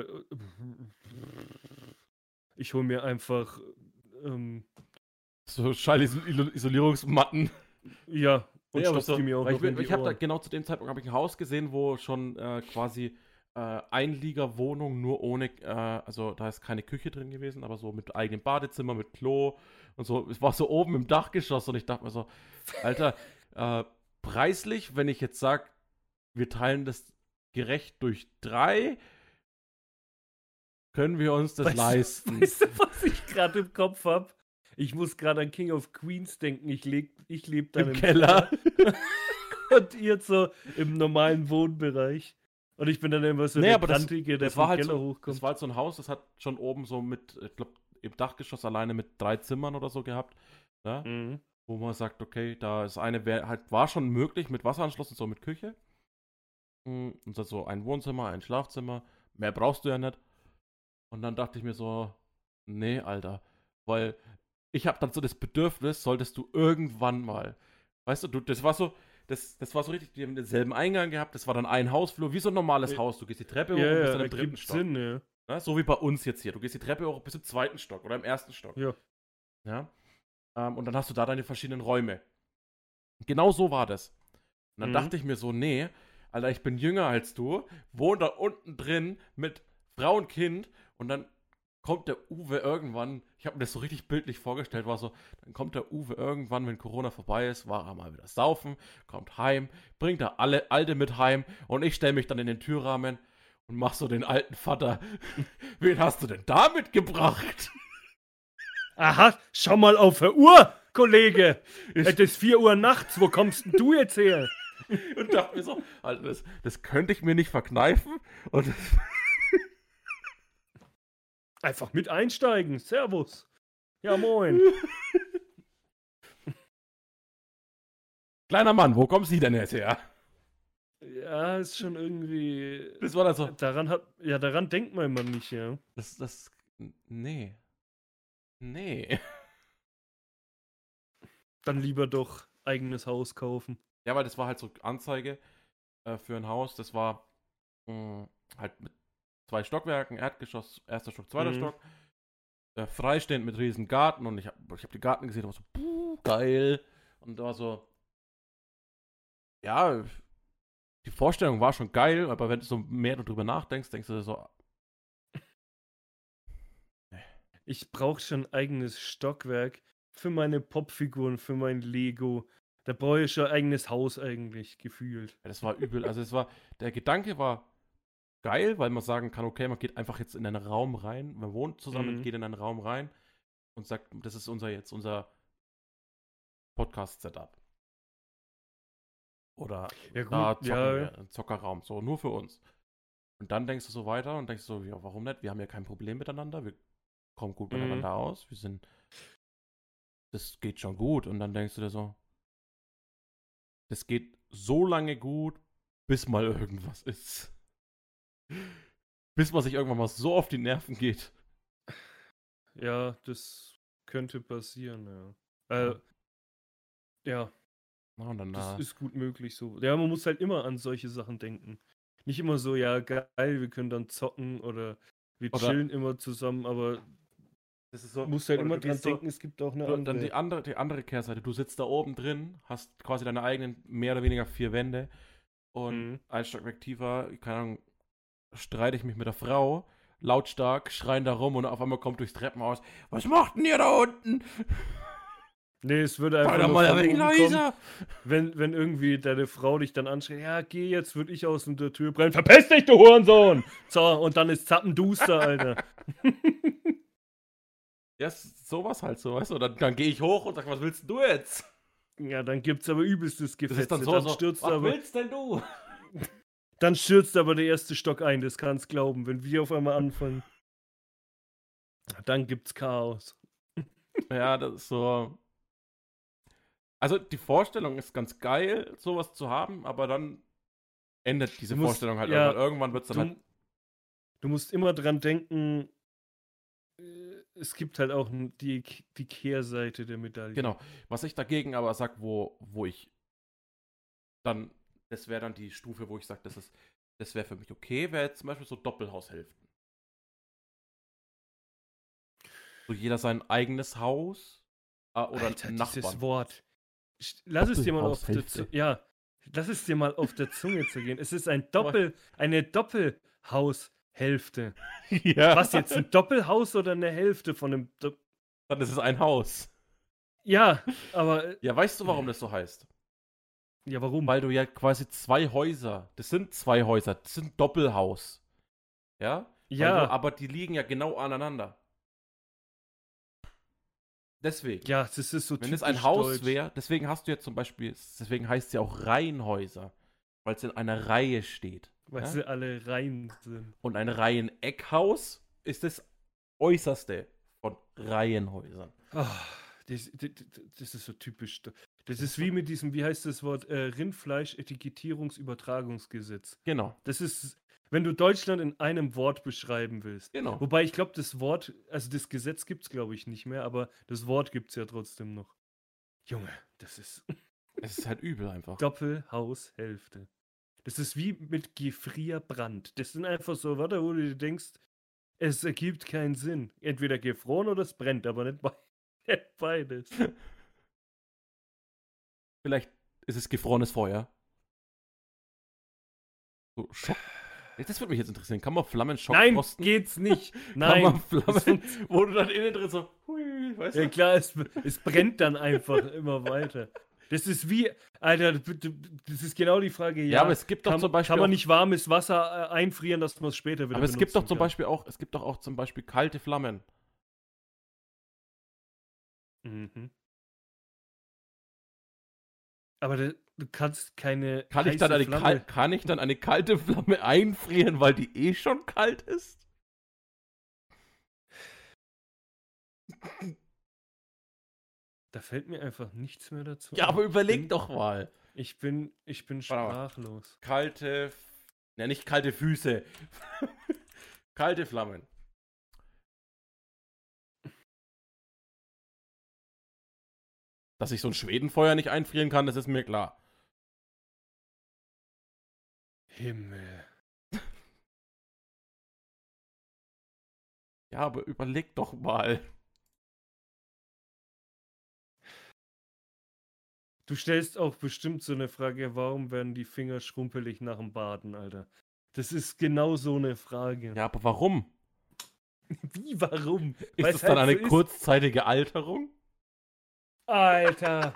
ich hol mir einfach, ähm, So Schall-Isolierungsmatten. ja, und Ja, aber stopf so, die mir auch weil noch ich, bin- in die ich habe da Ohren. genau zu dem Zeitpunkt habe ich ein Haus gesehen, wo schon äh, quasi äh, Einliegerwohnung nur ohne, äh, also da ist keine Küche drin gewesen, aber so mit eigenem Badezimmer, mit Klo und so. Es war so oben im Dachgeschoss und ich dachte mir so, Alter, äh, preislich, wenn ich jetzt sage, wir teilen das gerecht durch drei, können wir uns das Weißt du- leisten. Weißt du, was ich gerade im Kopf habe? Ich muss gerade an King of Queens denken. Ich, leg, ich lebe dann Im im, Keller. und ihr so im normalen Wohnbereich. Und ich bin dann immer so Nee, der aber das- Grantige, der Das war vom halt Keller so, hochkommt. das war halt so ein Haus, das hat schon oben so mit, ich glaube, im Dachgeschoss alleine mit drei Zimmern oder so gehabt, ne? Mhm. Wo man sagt, okay, da ist eine, wär, halt, war schon möglich mit Wasseranschluss und so mit Küche. Mm, Und dann so ein Wohnzimmer, ein Schlafzimmer, mehr brauchst du ja nicht. Und dann dachte ich mir so, nee, Alter, weil ich habe dann so das Bedürfnis, solltest du irgendwann mal, weißt du, du das war so, das, das war so richtig, die haben denselben Eingang gehabt, das war dann ein Hausflur, wie so ein normales Ja. Haus. Du gehst die Treppe hoch Ja, und bist ja, dann im ergibt dritten Stock. Sinn, ja. Ne? So wie bei uns jetzt hier. Du gehst die Treppe hoch bis im zweiten Stock oder im ersten Stock. Ja. Ja? Ähm, und dann hast du da deine verschiedenen Räume. Genau so war das. Und dann Mhm. dachte ich mir so, nee, Alter, ich bin jünger als du, wohne da unten drin mit Frau und Kind und dann kommt der Uwe irgendwann, ich habe mir das so richtig bildlich vorgestellt, war so, dann kommt der Uwe irgendwann, wenn Corona vorbei ist, war er mal wieder saufen, kommt heim, bringt da alle Alte mit heim und ich stelle mich dann in den Türrahmen Und mach so den alten Vater. Wen hast du denn da mitgebracht? Aha, schau mal auf die Uhr, Kollege. Es ist vier Uhr nachts, wo kommst denn du jetzt her? Und dachte mir so, Alter, das, das könnte ich mir nicht verkneifen. Und das Einfach mit einsteigen, servus. Ja, moin. Kleiner Mann, wo kommen Sie denn jetzt her? Ja, ist schon irgendwie... Das war dann so. Daran hat, ja, daran denkt man immer nicht, ja. Das, das, nee. Nee. Dann lieber doch eigenes Haus kaufen. Ja, weil das war halt so Anzeige äh, für ein Haus. Das war mh, halt mit zwei Stockwerken, Erdgeschoss, erster Stock, zweiter Mhm. Stock. Äh, freistehend mit riesen Garten. Und ich habe ich hab die Garten gesehen und war so, puh, geil. Und da war so, ja, die Vorstellung war schon geil, aber wenn du so mehr darüber nachdenkst, denkst du so, Ich brauche schon ein eigenes Stockwerk für meine Popfiguren, für mein Lego. Da brauche ich schon ein eigenes Haus eigentlich, gefühlt. ja, das war übel. Also es war, der Gedanke war geil, weil man sagen kann, okay, man geht einfach jetzt in einen Raum rein, man wohnt zusammen, Mhm. geht in einen Raum rein und sagt, das ist unser jetzt unser Podcast-Setup. Oder Ja, gut, da zocken ja. wir, ein Zockerraum, so nur für uns. Und dann denkst du so weiter und denkst so, ja, warum nicht? Wir haben ja kein Problem miteinander, wir kommen gut Mhm. miteinander aus, wir sind, das geht schon gut. Und dann denkst du dir so, das geht so lange gut, bis mal irgendwas ist. Bis man sich irgendwann mal so auf die Nerven geht. Ja, das könnte passieren, ja. Äh, ja, Na, und dann, das äh, ist gut möglich so. Ja, man muss halt immer an solche Sachen denken. Nicht immer so, ja, geil, wir können dann zocken oder wir Oder- chillen immer zusammen, aber das ist so, du musst halt oder immer du dran gehst so- denken, es gibt auch eine du, andere. dann die andere, die andere Kehrseite. Du sitzt da oben drin, hast quasi deine eigenen mehr oder weniger vier Wände und Mhm. ein Stockwerk tiefer, keine Ahnung, streite ich mich mit der Frau, lautstark, schreien da rum und auf einmal kommt durchs Treppenhaus, was macht denn ihr da unten? Nee, es würde Sei einfach doch nur mal von ein wenig oben kommen, leiser. wenn, wenn irgendwie deine Frau dich dann anschreit, ja, geh jetzt, würde ich aus der Tür brennen, verpiss dich, du Hurensohn! So, und dann ist zappenduster, Alter. Ja, ist sowas halt so, weißt du? Dann, dann gehe ich hoch und sag, was willst du jetzt? Ja, dann gibt's aber übelstes Das Gefetze. ist dann so, dann, so stürzt was aber, willst denn du? dann stürzt aber der erste Stock ein, das kannst glauben. Wenn wir auf einmal anfangen, dann gibt's Chaos. Ja, das ist so. Also die Vorstellung ist ganz geil, sowas zu haben, aber dann endet diese Du musst- Vorstellung halt ja, irgendwann. Irgendwann wird es dann Du, halt. du musst immer dran denken, äh, es gibt halt auch n- die, die Kehrseite der Medaille. Genau. Was ich dagegen aber sag, wo, wo ich dann, das wäre dann die Stufe, wo ich sage, das ist, das wäre für mich okay, wäre jetzt zum Beispiel so Doppelhaushälften. So jeder sein eigenes Haus äh, oder Alter, Nachbarn. dieses Wort. St- Lass es dir mal auf der Doppelhaushälfte. Zunge, ja, lass es dir mal auf der Zunge zu gehen. Es ist ein Doppel, eine Doppelhaushälfte. Ja. Was jetzt, ein Doppelhaus oder eine Hälfte von einem Do Dann ist es ein Haus. Ja, aber äh, Ja, weißt du, warum das so heißt? ja, warum? Weil du ja quasi zwei Häuser, das sind zwei Häuser, das sind Doppelhaus. Ja? Weil Ja. Du, aber die liegen ja genau aneinander. Deswegen. Ja, das ist so Wenn es typisch ein Haus deutsch. wäre, deswegen hast du jetzt zum Beispiel, deswegen heißt es ja auch Reihenhäuser, weil es in einer Reihe steht. Weil ja? sie alle rein sind. Und ein Reiheneckhaus ist das äußerste von Reihenhäusern. Ah, das, das, das ist so typisch. do- Das ist wie mit diesem, wie heißt das Wort, äh, Rindfleisch-Etikettierungsübertragungsgesetz. Genau, Das ist, wenn du Deutschland in einem Wort beschreiben willst. genau. Wobei ich glaube, das Wort, also das Gesetz gibt es, glaube ich, nicht mehr, aber das Wort gibt es ja trotzdem noch. Junge, das ist Es ist halt übel einfach. Doppelhaushälfte. Das ist wie mit Gefrierbrand. Das sind einfach so Wörter, wo du dir denkst, es ergibt keinen Sinn. Entweder gefroren oder es brennt, aber nicht, be nicht beides. Vielleicht ist es gefrorenes Feuer. So, Schock. Das würde mich jetzt interessieren. Kann man Flammenschock Nein, kosten? geht's nicht. Kann man Nein. Flammen, es fun- wo du dann innen drin so, hui, weißt ja du? klar, es, es brennt dann einfach immer weiter. Das ist wie, Alter, das ist genau die Frage, ja, Ja, aber es gibt doch kann, zum Beispiel kann man auch, nicht warmes Wasser äh, einfrieren, dass man es später wieder aber es gibt doch benutzen zum kann? Beispiel auch, es gibt doch auch zum Beispiel kalte Flammen. Mhm. Aber du, du kannst keine Kann ich, dann heiße eine Flamme... kal- kann ich dann eine kalte Flamme einfrieren, weil die eh schon kalt ist? Da fällt mir einfach nichts mehr dazu Ja, ein. aber Ich überleg bin, doch mal. ich bin, ich bin Warte mal. sprachlos. Kalte, F- ja nicht kalte Füße. Kalte Flammen. Dass ich so ein Schwedenfeuer nicht einfrieren kann, das ist mir klar. Himmel. Ja, aber überleg doch mal. Du stellst auch bestimmt so eine Frage, warum werden die Finger schrumpelig nach dem Baden, Alter? Das ist genau so eine Frage. Ja, aber warum? Wie, warum? Ist Weil's es dann halt eine so ist. kurzzeitige Alterung? Alter.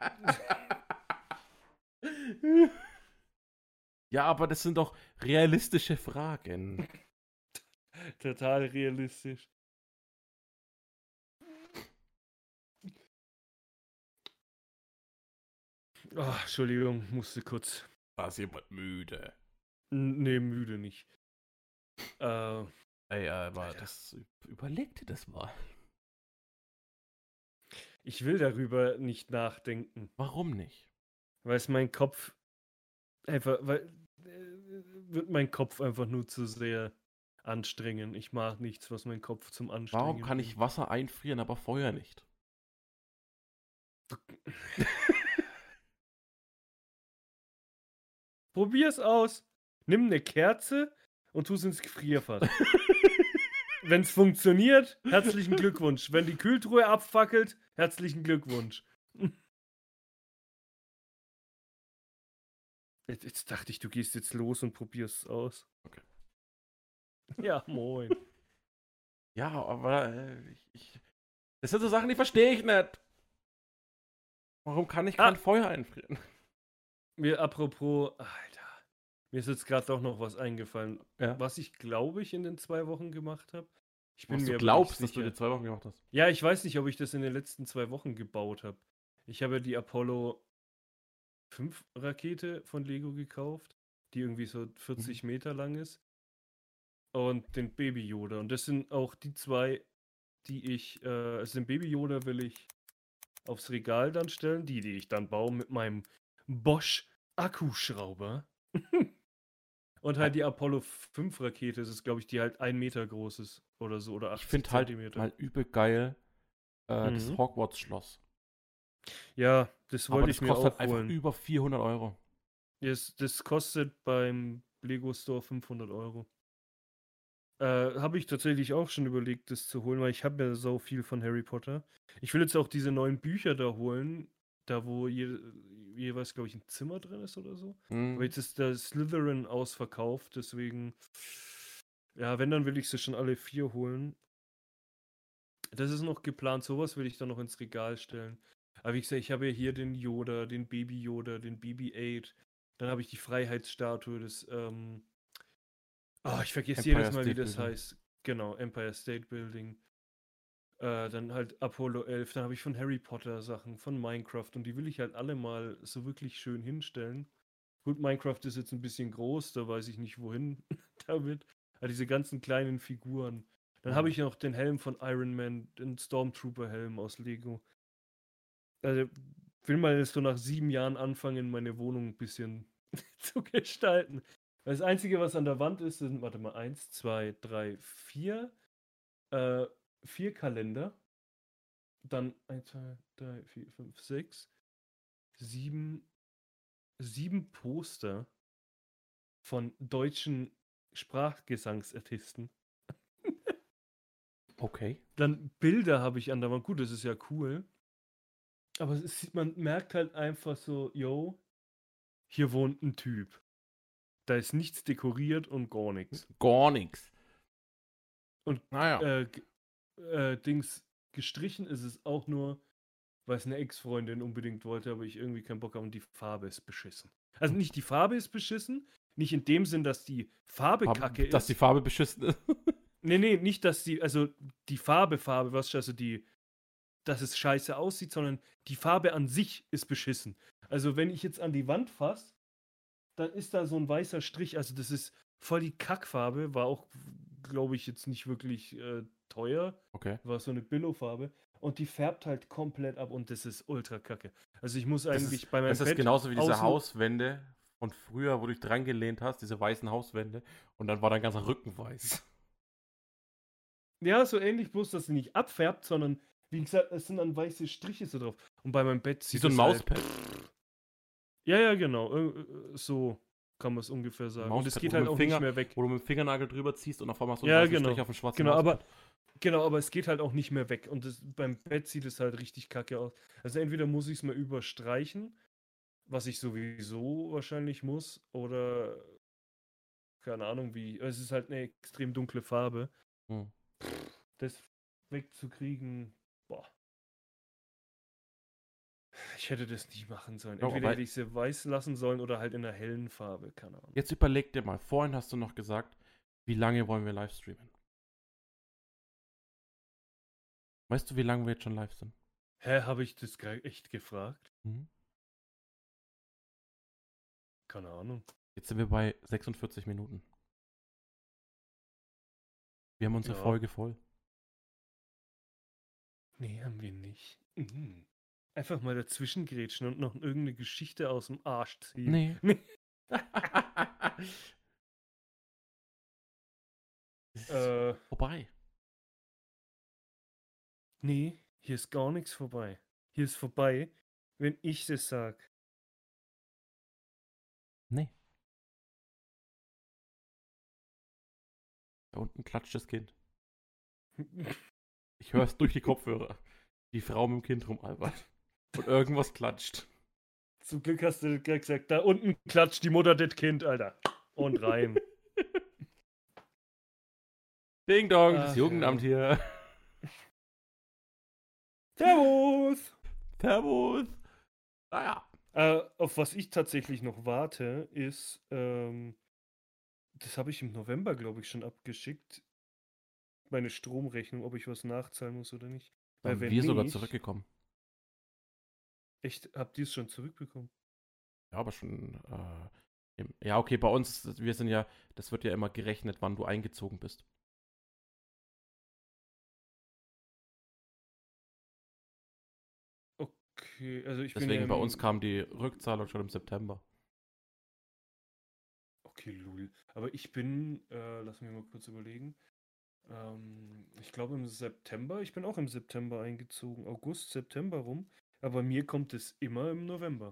Ja, aber das sind doch realistische Fragen. Total realistisch. Oh, Entschuldigung, musste kurz. War ist jemand müde? N- Nee, müde nicht. Äh, Ey, aber Alter. das überleg dir das mal. Ich will darüber nicht nachdenken, Warum nicht? weil es mein Kopf einfach, weil äh, wird mein Kopf einfach nur zu sehr anstrengen. Ich mag nichts, was mein Kopf zum Anstrengen Warum kann ich bringt. Wasser einfrieren, aber Feuer nicht? Probier's aus. Nimm eine Kerze und tu's ins Gefrierfach. Wenn's funktioniert, herzlichen Glückwunsch. Wenn die Kühltruhe abfackelt, herzlichen Glückwunsch. Jetzt, jetzt dachte ich, du gehst jetzt los und probierst es aus. Okay. Ja, moin. Ja, aber äh, ich, ich, das sind so Sachen, die verstehe ich nicht. Warum kann ich kein Ah. Feuer einfrieren? Mir apropos, Alter, mir ist jetzt gerade doch noch was eingefallen, Ja. was ich glaube ich in den zwei Wochen gemacht habe. Ich bin Was mir du aber glaubst, nicht dass du sicher. die zwei Wochen gemacht hast. Ja, ich weiß nicht, ob ich das in den letzten zwei Wochen gebaut habe. Ich habe die Apollo fünf Rakete von Lego gekauft, die irgendwie so vierzig Meter lang ist. Und den Baby Yoda. Und das sind auch die zwei, die ich, äh, also den Baby Yoda will ich aufs Regal dann stellen, die, die ich dann baue mit meinem Bosch Akkuschrauber. Und halt die Apollo fünf Rakete, das ist glaube ich, die halt ein Meter groß ist oder so, oder Ich achtzig finde halt Zentimeter. mal übel geil äh, Mhm. das Hogwarts-Schloss. Ja, das Aber wollte das ich mir kostet auch halt einfach holen. über vierhundert Euro. Das, das kostet beim Lego Store fünfhundert Euro. Äh, habe ich tatsächlich auch schon überlegt, das zu holen, weil ich habe ja so viel von Harry Potter. Ich will jetzt auch diese neuen Bücher da holen, da wo je, jeweils, glaube ich, ein Zimmer drin ist oder so. Hm. Aber jetzt ist der Slytherin ausverkauft, deswegen, ja, wenn, dann will ich sie schon alle vier holen. Das ist noch geplant, sowas will ich dann noch ins Regal stellen. Aber wie gesagt, ich habe ja hier den Yoda, den Baby Yoda, den B B acht. Dann habe ich die Freiheitsstatue des, ähm, oh, ich vergesse Empire jedes Mal, wie State das Building. heißt. Genau, Empire State Building. Äh, dann halt Apollo elf. Dann habe ich von Harry Potter Sachen, von Minecraft. Und die will ich halt alle mal so wirklich schön hinstellen. Gut, Minecraft ist jetzt ein bisschen groß, da weiß ich nicht, wohin damit. Aber diese ganzen kleinen Figuren. Dann habe Mhm. ich noch den Helm von Iron Man, den Stormtrooper-Helm aus Lego. Also, will mal so nach sieben Jahren anfangen, meine Wohnung ein bisschen zu gestalten. Das Einzige, was an der Wand ist, sind, warte mal, eins, zwei, drei, vier, äh, vier Kalender. Dann eins, zwei, drei, vier, fünf, sechs, sieben, sieben Poster von deutschen Sprachgesangsartisten. Okay. Dann Bilder habe ich an der Wand. Gut, das ist ja cool. Aber es ist, man merkt halt einfach so, yo, hier wohnt ein Typ. Da ist nichts dekoriert und gar nichts. Gar nichts. Und Naja. äh, g- äh, Dings gestrichen ist es auch nur weil es eine Ex-Freundin unbedingt wollte, aber ich irgendwie keinen Bock habe und die Farbe ist beschissen. Also nicht die Farbe ist beschissen, nicht in dem Sinn, dass die Farbe Farbe, kacke ist. dass die Farbe beschissen ist. Nee, nee, nicht, dass die, also die Farbe, Farbe, was, also die, dass es scheiße aussieht, sondern die Farbe an sich ist beschissen. Also wenn ich jetzt an die Wand fasse, dann ist da so ein weißer Strich, also das ist voll die Kackfarbe, war auch, glaube ich, jetzt nicht wirklich äh, teuer, Okay. war so eine Billo-Farbe und die färbt halt komplett ab und das ist ultra kacke. Also ich muss Das eigentlich ist, bei meinem das ist Bett genauso wie diese außen- Hauswände von früher, wo du dich dran gelehnt hast, diese weißen Hauswände. Und dann war dein ganzer Rücken weiß. Ja, so ähnlich, bloß, dass sie nicht abfärbt, sondern, wie gesagt, es sind dann weiße Striche so drauf. Und bei meinem Bett Wie sieht so ein es halt, Mauspad. ja, ja, genau. äh, äh, So kann man es ungefähr sagen. Und es Mauspad, geht wo du halt mit dem auch Finger- nicht mehr weg. Wo du mit dem Fingernagel drüber ziehst und auf einmal hast du Ja, einen weißen genau. Strich auf dem schwarzen Genau, aber, Mauspad. genau, aber es geht halt auch nicht mehr weg. Und das, beim Bett sieht es halt richtig kacke aus. Also entweder muss ich es mal überstreichen, was ich sowieso wahrscheinlich muss, oder keine Ahnung wie. Es ist halt eine extrem dunkle Farbe. Hm. Das wegzukriegen, boah. Ich hätte das nicht machen sollen. Ja, Entweder aber- hätte ich sie weiß lassen sollen oder halt in einer hellen Farbe, keine Ahnung. Jetzt überleg dir mal, vorhin hast du noch gesagt, wie lange wollen wir live streamen? Weißt du, wie lange wir jetzt schon live sind? Hä, habe ich das ge- echt gefragt? Mhm. Keine Ahnung. Jetzt sind wir bei sechsundvierzig Minuten. Wir haben unsere Ja. Folge voll. Nee, haben wir nicht. Mhm. Einfach mal dazwischen grätschen und noch irgendeine Geschichte aus dem Arsch ziehen. Nee. Nee. Es ist Äh, vorbei. nee, hier ist gar nichts vorbei. Hier ist vorbei, wenn ich das sag. Nee. Da unten klatscht das Kind. Ich höre es durch die Kopfhörer. Die Frau mit dem Kind rumalbert. Und irgendwas klatscht. Zum Glück hast du gerade gesagt, da unten klatscht die Mutter das Kind, Alter. Und rein. Ding Dong, Ach, das Jugendamt hier. Servus! Servus. Naja. Äh, auf was ich tatsächlich noch warte, ist, ähm, das habe ich im November, glaube ich, schon abgeschickt. Meine Stromrechnung, ob ich was nachzahlen muss oder nicht. Da Weil haben wenn wir sogar nicht- zurückgekommen. Echt, habt ihr es schon zurückbekommen? Ja, aber schon. Äh, im, ja, okay, bei uns, wir sind ja, das wird ja immer gerechnet, wann du eingezogen bist. Okay, also ich bin Deswegen ja bei im- uns kam die Rückzahlung schon im September. Okay, lul. Aber ich bin, äh, lass mich mal kurz überlegen. Ähm, ich glaube im September, ich bin auch im September eingezogen. August, September rum. Aber mir kommt es immer im November.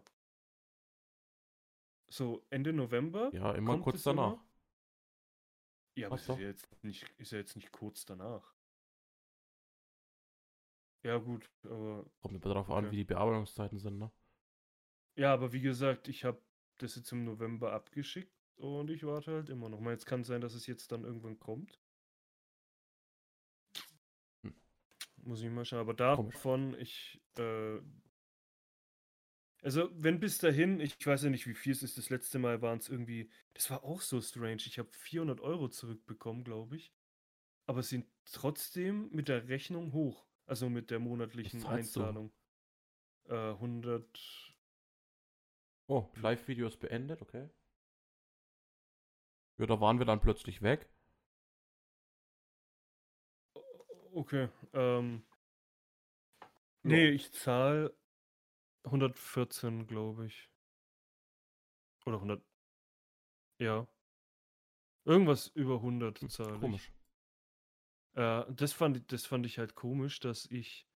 So, Ende November. Ja, immer kommt kurz es danach. immer? Ja, aber Was es ist doch? ja jetzt nicht, ist ja jetzt nicht kurz danach. Ja, gut, aber. Kommt immer darauf an, Okay. wie die Bearbeitungszeiten sind, ne? Ja, aber wie gesagt, ich habe das jetzt im November abgeschickt und ich warte halt immer noch. Mal, jetzt kann sein, dass es jetzt dann irgendwann kommt. Hm. Muss ich mal schauen. Aber Komisch. davon, ich, äh, also, wenn bis dahin, ich weiß ja nicht, wie viel es ist, das letzte Mal waren es irgendwie, das war auch so strange. Ich habe vierhundert Euro zurückbekommen, glaube ich. Aber es sind trotzdem mit der Rechnung hoch. Also mit der monatlichen zahlst du? Einzahlung. Äh, hundert. Oh, Live-Video ist beendet, okay. Ja, da waren wir dann plötzlich weg. Okay, ähm. Ja. Nee, ich zahle hundertvierzehn, glaube ich. Oder hundert. Ja. Irgendwas über hundert Hm, zahle ich. Komisch. Äh, das fand, ich- das fand ich halt komisch, dass ich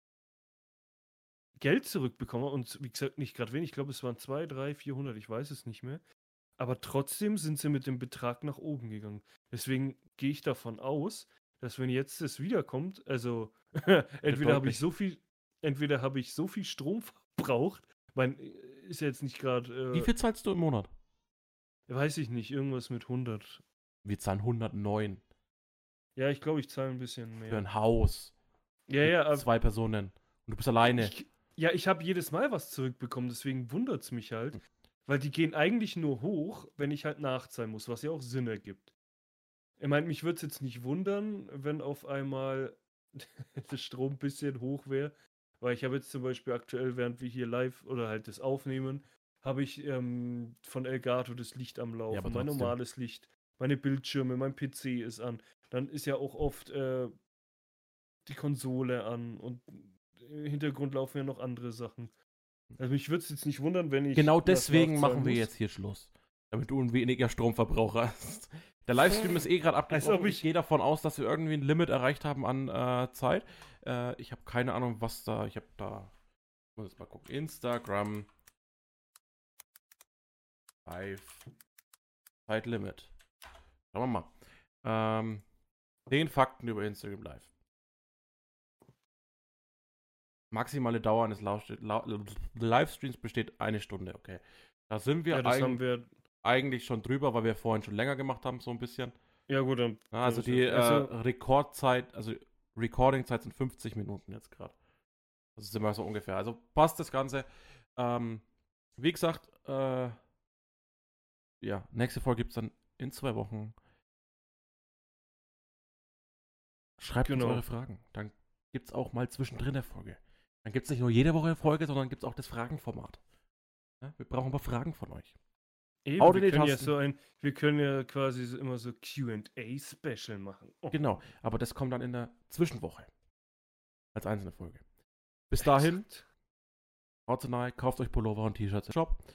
Geld zurückbekomme und wie gesagt, nicht gerade wenig. Ich glaube, es waren zwei, drei, vierhundert, ich weiß es nicht mehr. Aber trotzdem sind sie mit dem Betrag nach oben gegangen. Deswegen gehe ich davon aus, dass wenn jetzt das wiederkommt, also entweder habe ich deutlich. so viel, entweder habe ich so viel Strom verbraucht, mein, ist ja jetzt nicht gerade, Wie äh, viel zahlst du im Monat? weiß ich nicht, irgendwas mit hundert. Wir zahlen hundertneun Ja, ich glaube, ich zahle ein bisschen für mehr. ein Haus Ja, mit ja, aber zwei Personen. Und du bist alleine. ich, Ja, ich habe jedes Mal was zurückbekommen, deswegen wundert es mich halt. Weil die gehen eigentlich nur hoch, wenn ich halt nachzahlen muss, was ja auch Sinn ergibt. Ich meine, mich würde es jetzt nicht wundern, wenn auf einmal der Strom ein bisschen hoch wäre. Weil ich habe jetzt zum Beispiel aktuell, während wir hier live oder halt das aufnehmen, habe ich ähm, von Elgato das Licht am Laufen, Ja, aber mein trotzdem. normales Licht, meine Bildschirme, mein P C ist an. Dann ist ja auch oft äh, die Konsole an und im Hintergrund laufen ja noch andere Sachen. Also mich würde es jetzt nicht wundern, wenn ich. Genau was deswegen nachzahlen machen wir muss. jetzt hier Schluss. Damit du ein weniger Stromverbraucher hast. Der Livestream ist eh gerade Als abgebrochen. ob Ich ich- gehe davon aus, dass wir irgendwie ein Limit erreicht haben an äh, Zeit. Äh, ich habe keine Ahnung, was da. Ich habe da. Ich muss jetzt mal gucken. Instagram. Live. Zeitlimit. Schauen wir mal. Ähm, zehn Fakten über Instagram Live. Maximale Dauer eines Lauf- La- Livestreams besteht eine Stunde, okay. Da sind wir, Ja, das eig haben wir. eigentlich schon drüber, weil wir vorhin schon länger gemacht haben, so ein bisschen. Ja, gut, dann. Ja, also dann ist die ja- also, äh, Rekordzeit, also Recording-Zeit sind fünfzig Minuten jetzt gerade. Das ist immer so ungefähr. Also passt das Ganze. Ähm, wie gesagt, äh, ja, nächste Folge gibt es dann in zwei Wochen. Schreibt Genau. uns eure Fragen. Dann gibt es auch mal zwischendrin eine Folge. Dann gibt es nicht nur jede Woche eine Folge, sondern gibt es auch das Fragenformat. Ja, wir brauchen aber Fragen von euch. eben, Haut wir in die können ja Tasten. so ein. Wir können ja quasi so immer so Q and A-Special machen. Oh, Genau, aber das kommt dann in der Zwischenwoche. Als einzelne Folge. Bis dahin, exakt. haut rein, kauft euch Pullover und T-Shirts im Shop.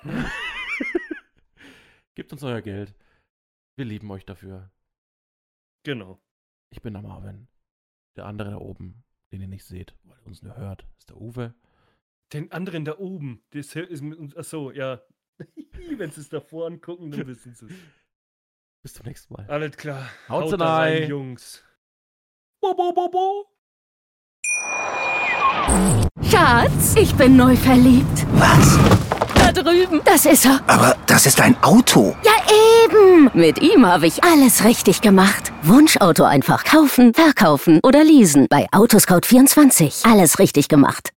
Gebt uns euer Geld. Wir lieben euch dafür. Genau. Ich bin der Marvin. Der andere da oben, den ihr nicht seht, weil ihr uns nur hört, ist der Uwe. Den anderen da oben. Das ist mit uns. Achso, ja. Wenn sie es davor angucken, dann wissen sie es. Bis zum nächsten Mal. Alles klar. Haut da rein, rein. Jungs. Bo, bo, bo, bo. Schatz, ich bin neu verliebt. Was? Da drüben. Das ist er. Aber das ist ein Auto. Ja, eben. Mit ihm habe ich alles richtig gemacht. Wunschauto einfach kaufen, verkaufen oder leasen. Bei Autoscout vierundzwanzig. Alles richtig gemacht.